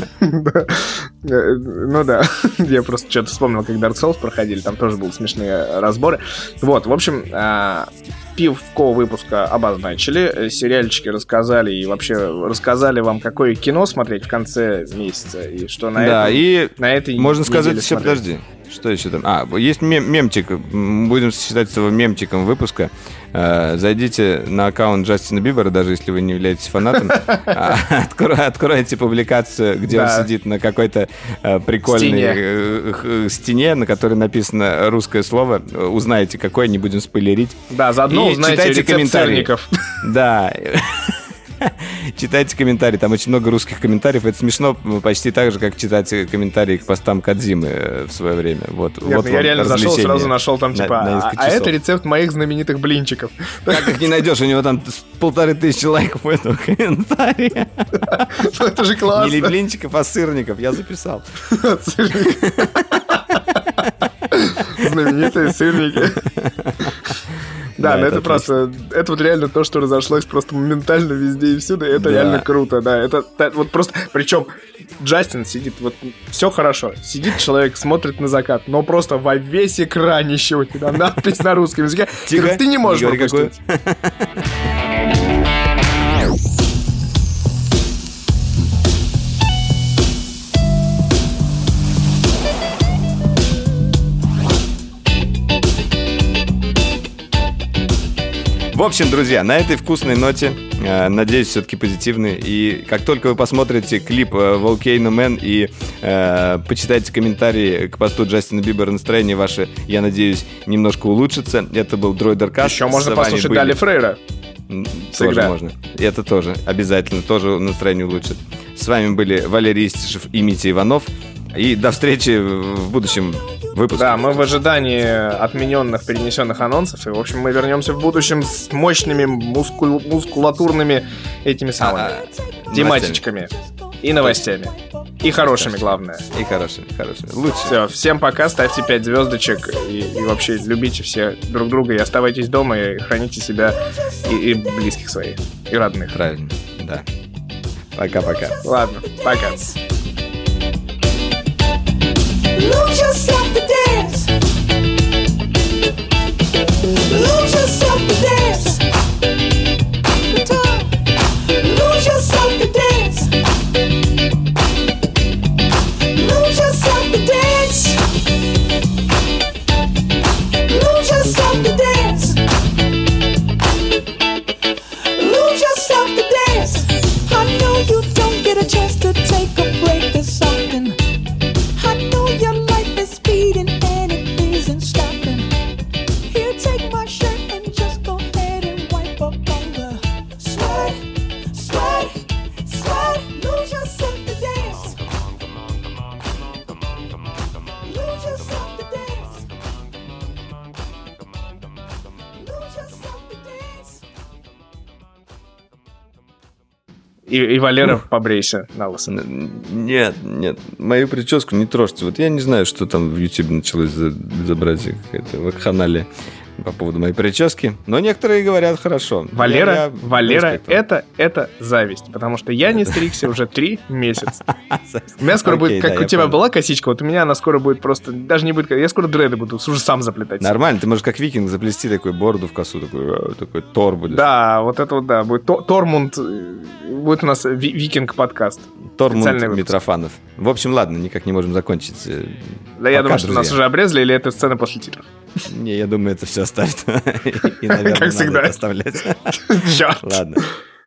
Ну да, я просто что-то вспомнил, как Dark Souls проходили, там тоже были смешные разборы. Вот, в общем, пивко выпуска обозначили, сериальчики рассказали и вообще рассказали вам, какое кино смотреть в конце месяца и что на да, этом, и на этой можно сказать еще, смотреть. Подожди, что еще там? А, есть мем- мемчик, будем считать его мемчиком выпуска. Uh, зайдите на аккаунт Джастина Бибера, даже если вы не являетесь фанатом, Откро- откройте публикацию, где Да. он сидит на какой-то uh, прикольной Стене. э, э, стене, на которой написано русское слово. Узнаете, какое, не будем спойлерить. Да, заодно И узнаете читайте рецепт комментарии. сырников. Да. Читайте комментарии, там очень много русских комментариев. Это смешно почти так же, как читать комментарии к постам Кодзимы в свое время. Вот, Нет, вот ну я вам реально зашел, развлечение сразу нашел там на- типа, на а, несколько а часов. это рецепт моих знаменитых блинчиков. Как их не найдешь? У него там полторы тысячи лайков у этого комментария. Ну, это же Не классно. блинчиков, а сырников. Я записал. Знаменитые сырники. Да, Да, но это это просто, это вот реально то, что разошлось просто моментально везде и всюду, и это Да. реально круто, да, это та- вот просто, причем Джастин сидит, вот все хорошо, сидит человек, смотрит на закат, но просто во весь экранище у тебя надпись на русском языке, Тихо, которую ты не можешь не говори, какую. пропустить. В общем, друзья, на этой вкусной ноте Надеюсь, все-таки позитивный. И как только вы посмотрите клип Volcano Man и э, почитайте комментарии к посту Джастина Бибера, настроение ваше, я надеюсь, немножко улучшится. Это был Дроидеркаст. Еще можно послушать были... Дали Фрейра. Тоже Всегда. можно. Это тоже обязательно, тоже настроение улучшит. С вами были Валерий Истишев и Митя Иванов. И до встречи в будущем выпуске. Да, мы в ожидании отмененных, перенесенных анонсов. И, в общем, мы вернемся в будущем с мощными мускул- мускулатурными этими самыми А-а. тематичками. Новостями. И новостями. И хорошими, главное. И хорошими, хорошими. Лучше. Все, всем пока, ставьте пять звездочек. И, и вообще любите все друг друга. И оставайтесь дома, и храните себя и, и близких своих, и родных. Правильно, да. Пока-пока. Ладно, пока. Lose yourself to dance. Lose yourself to dance. Guitar. Lose yourself to dance. Lose yourself to dance. Lose yourself to dance. Lose yourself to dance. I know you don't get a chance to take a break this often. I know your life is speeding and it isn't stopping. Here, take my shirt and just go ahead and wipe up all the sweat, sweat, sweat. Lose yourself to dance. Lose yourself to dance. Lose yourself to dance. И, и Валера, побрейся на лысо. Нет, нет, мою прическу не трожьте. Вот я не знаю, что там в Ютубе началось за, за братья какая-то вакханалия по поводу моей прически. Но некоторые говорят хорошо. Валера, Я- я Валера, респектую. это, это зависть, потому что я не стригся уже три месяца. У меня скоро Окей, будет, как да, у я тебя понял. была косичка, вот у меня она скоро будет просто, даже не будет, я скоро дреды буду уже сам заплетать. Нормально, ты можешь как викинг заплести такую бороду в косу, такой, э, такой Тор будет. Да, вот это вот, да, будет То- Тормунд, э, будет у нас ви- викинг-подкаст. Тормунд специальный выпуск. Митрофанов. В общем, ладно, никак не можем закончить. Э, Да я пока, думаю, что нас друзья. уже обрезали, или это сцена после титров. Не, я думаю, это все оставит. И, наверное, Как надо всегда. это оставлять. Чёрт. Ладно.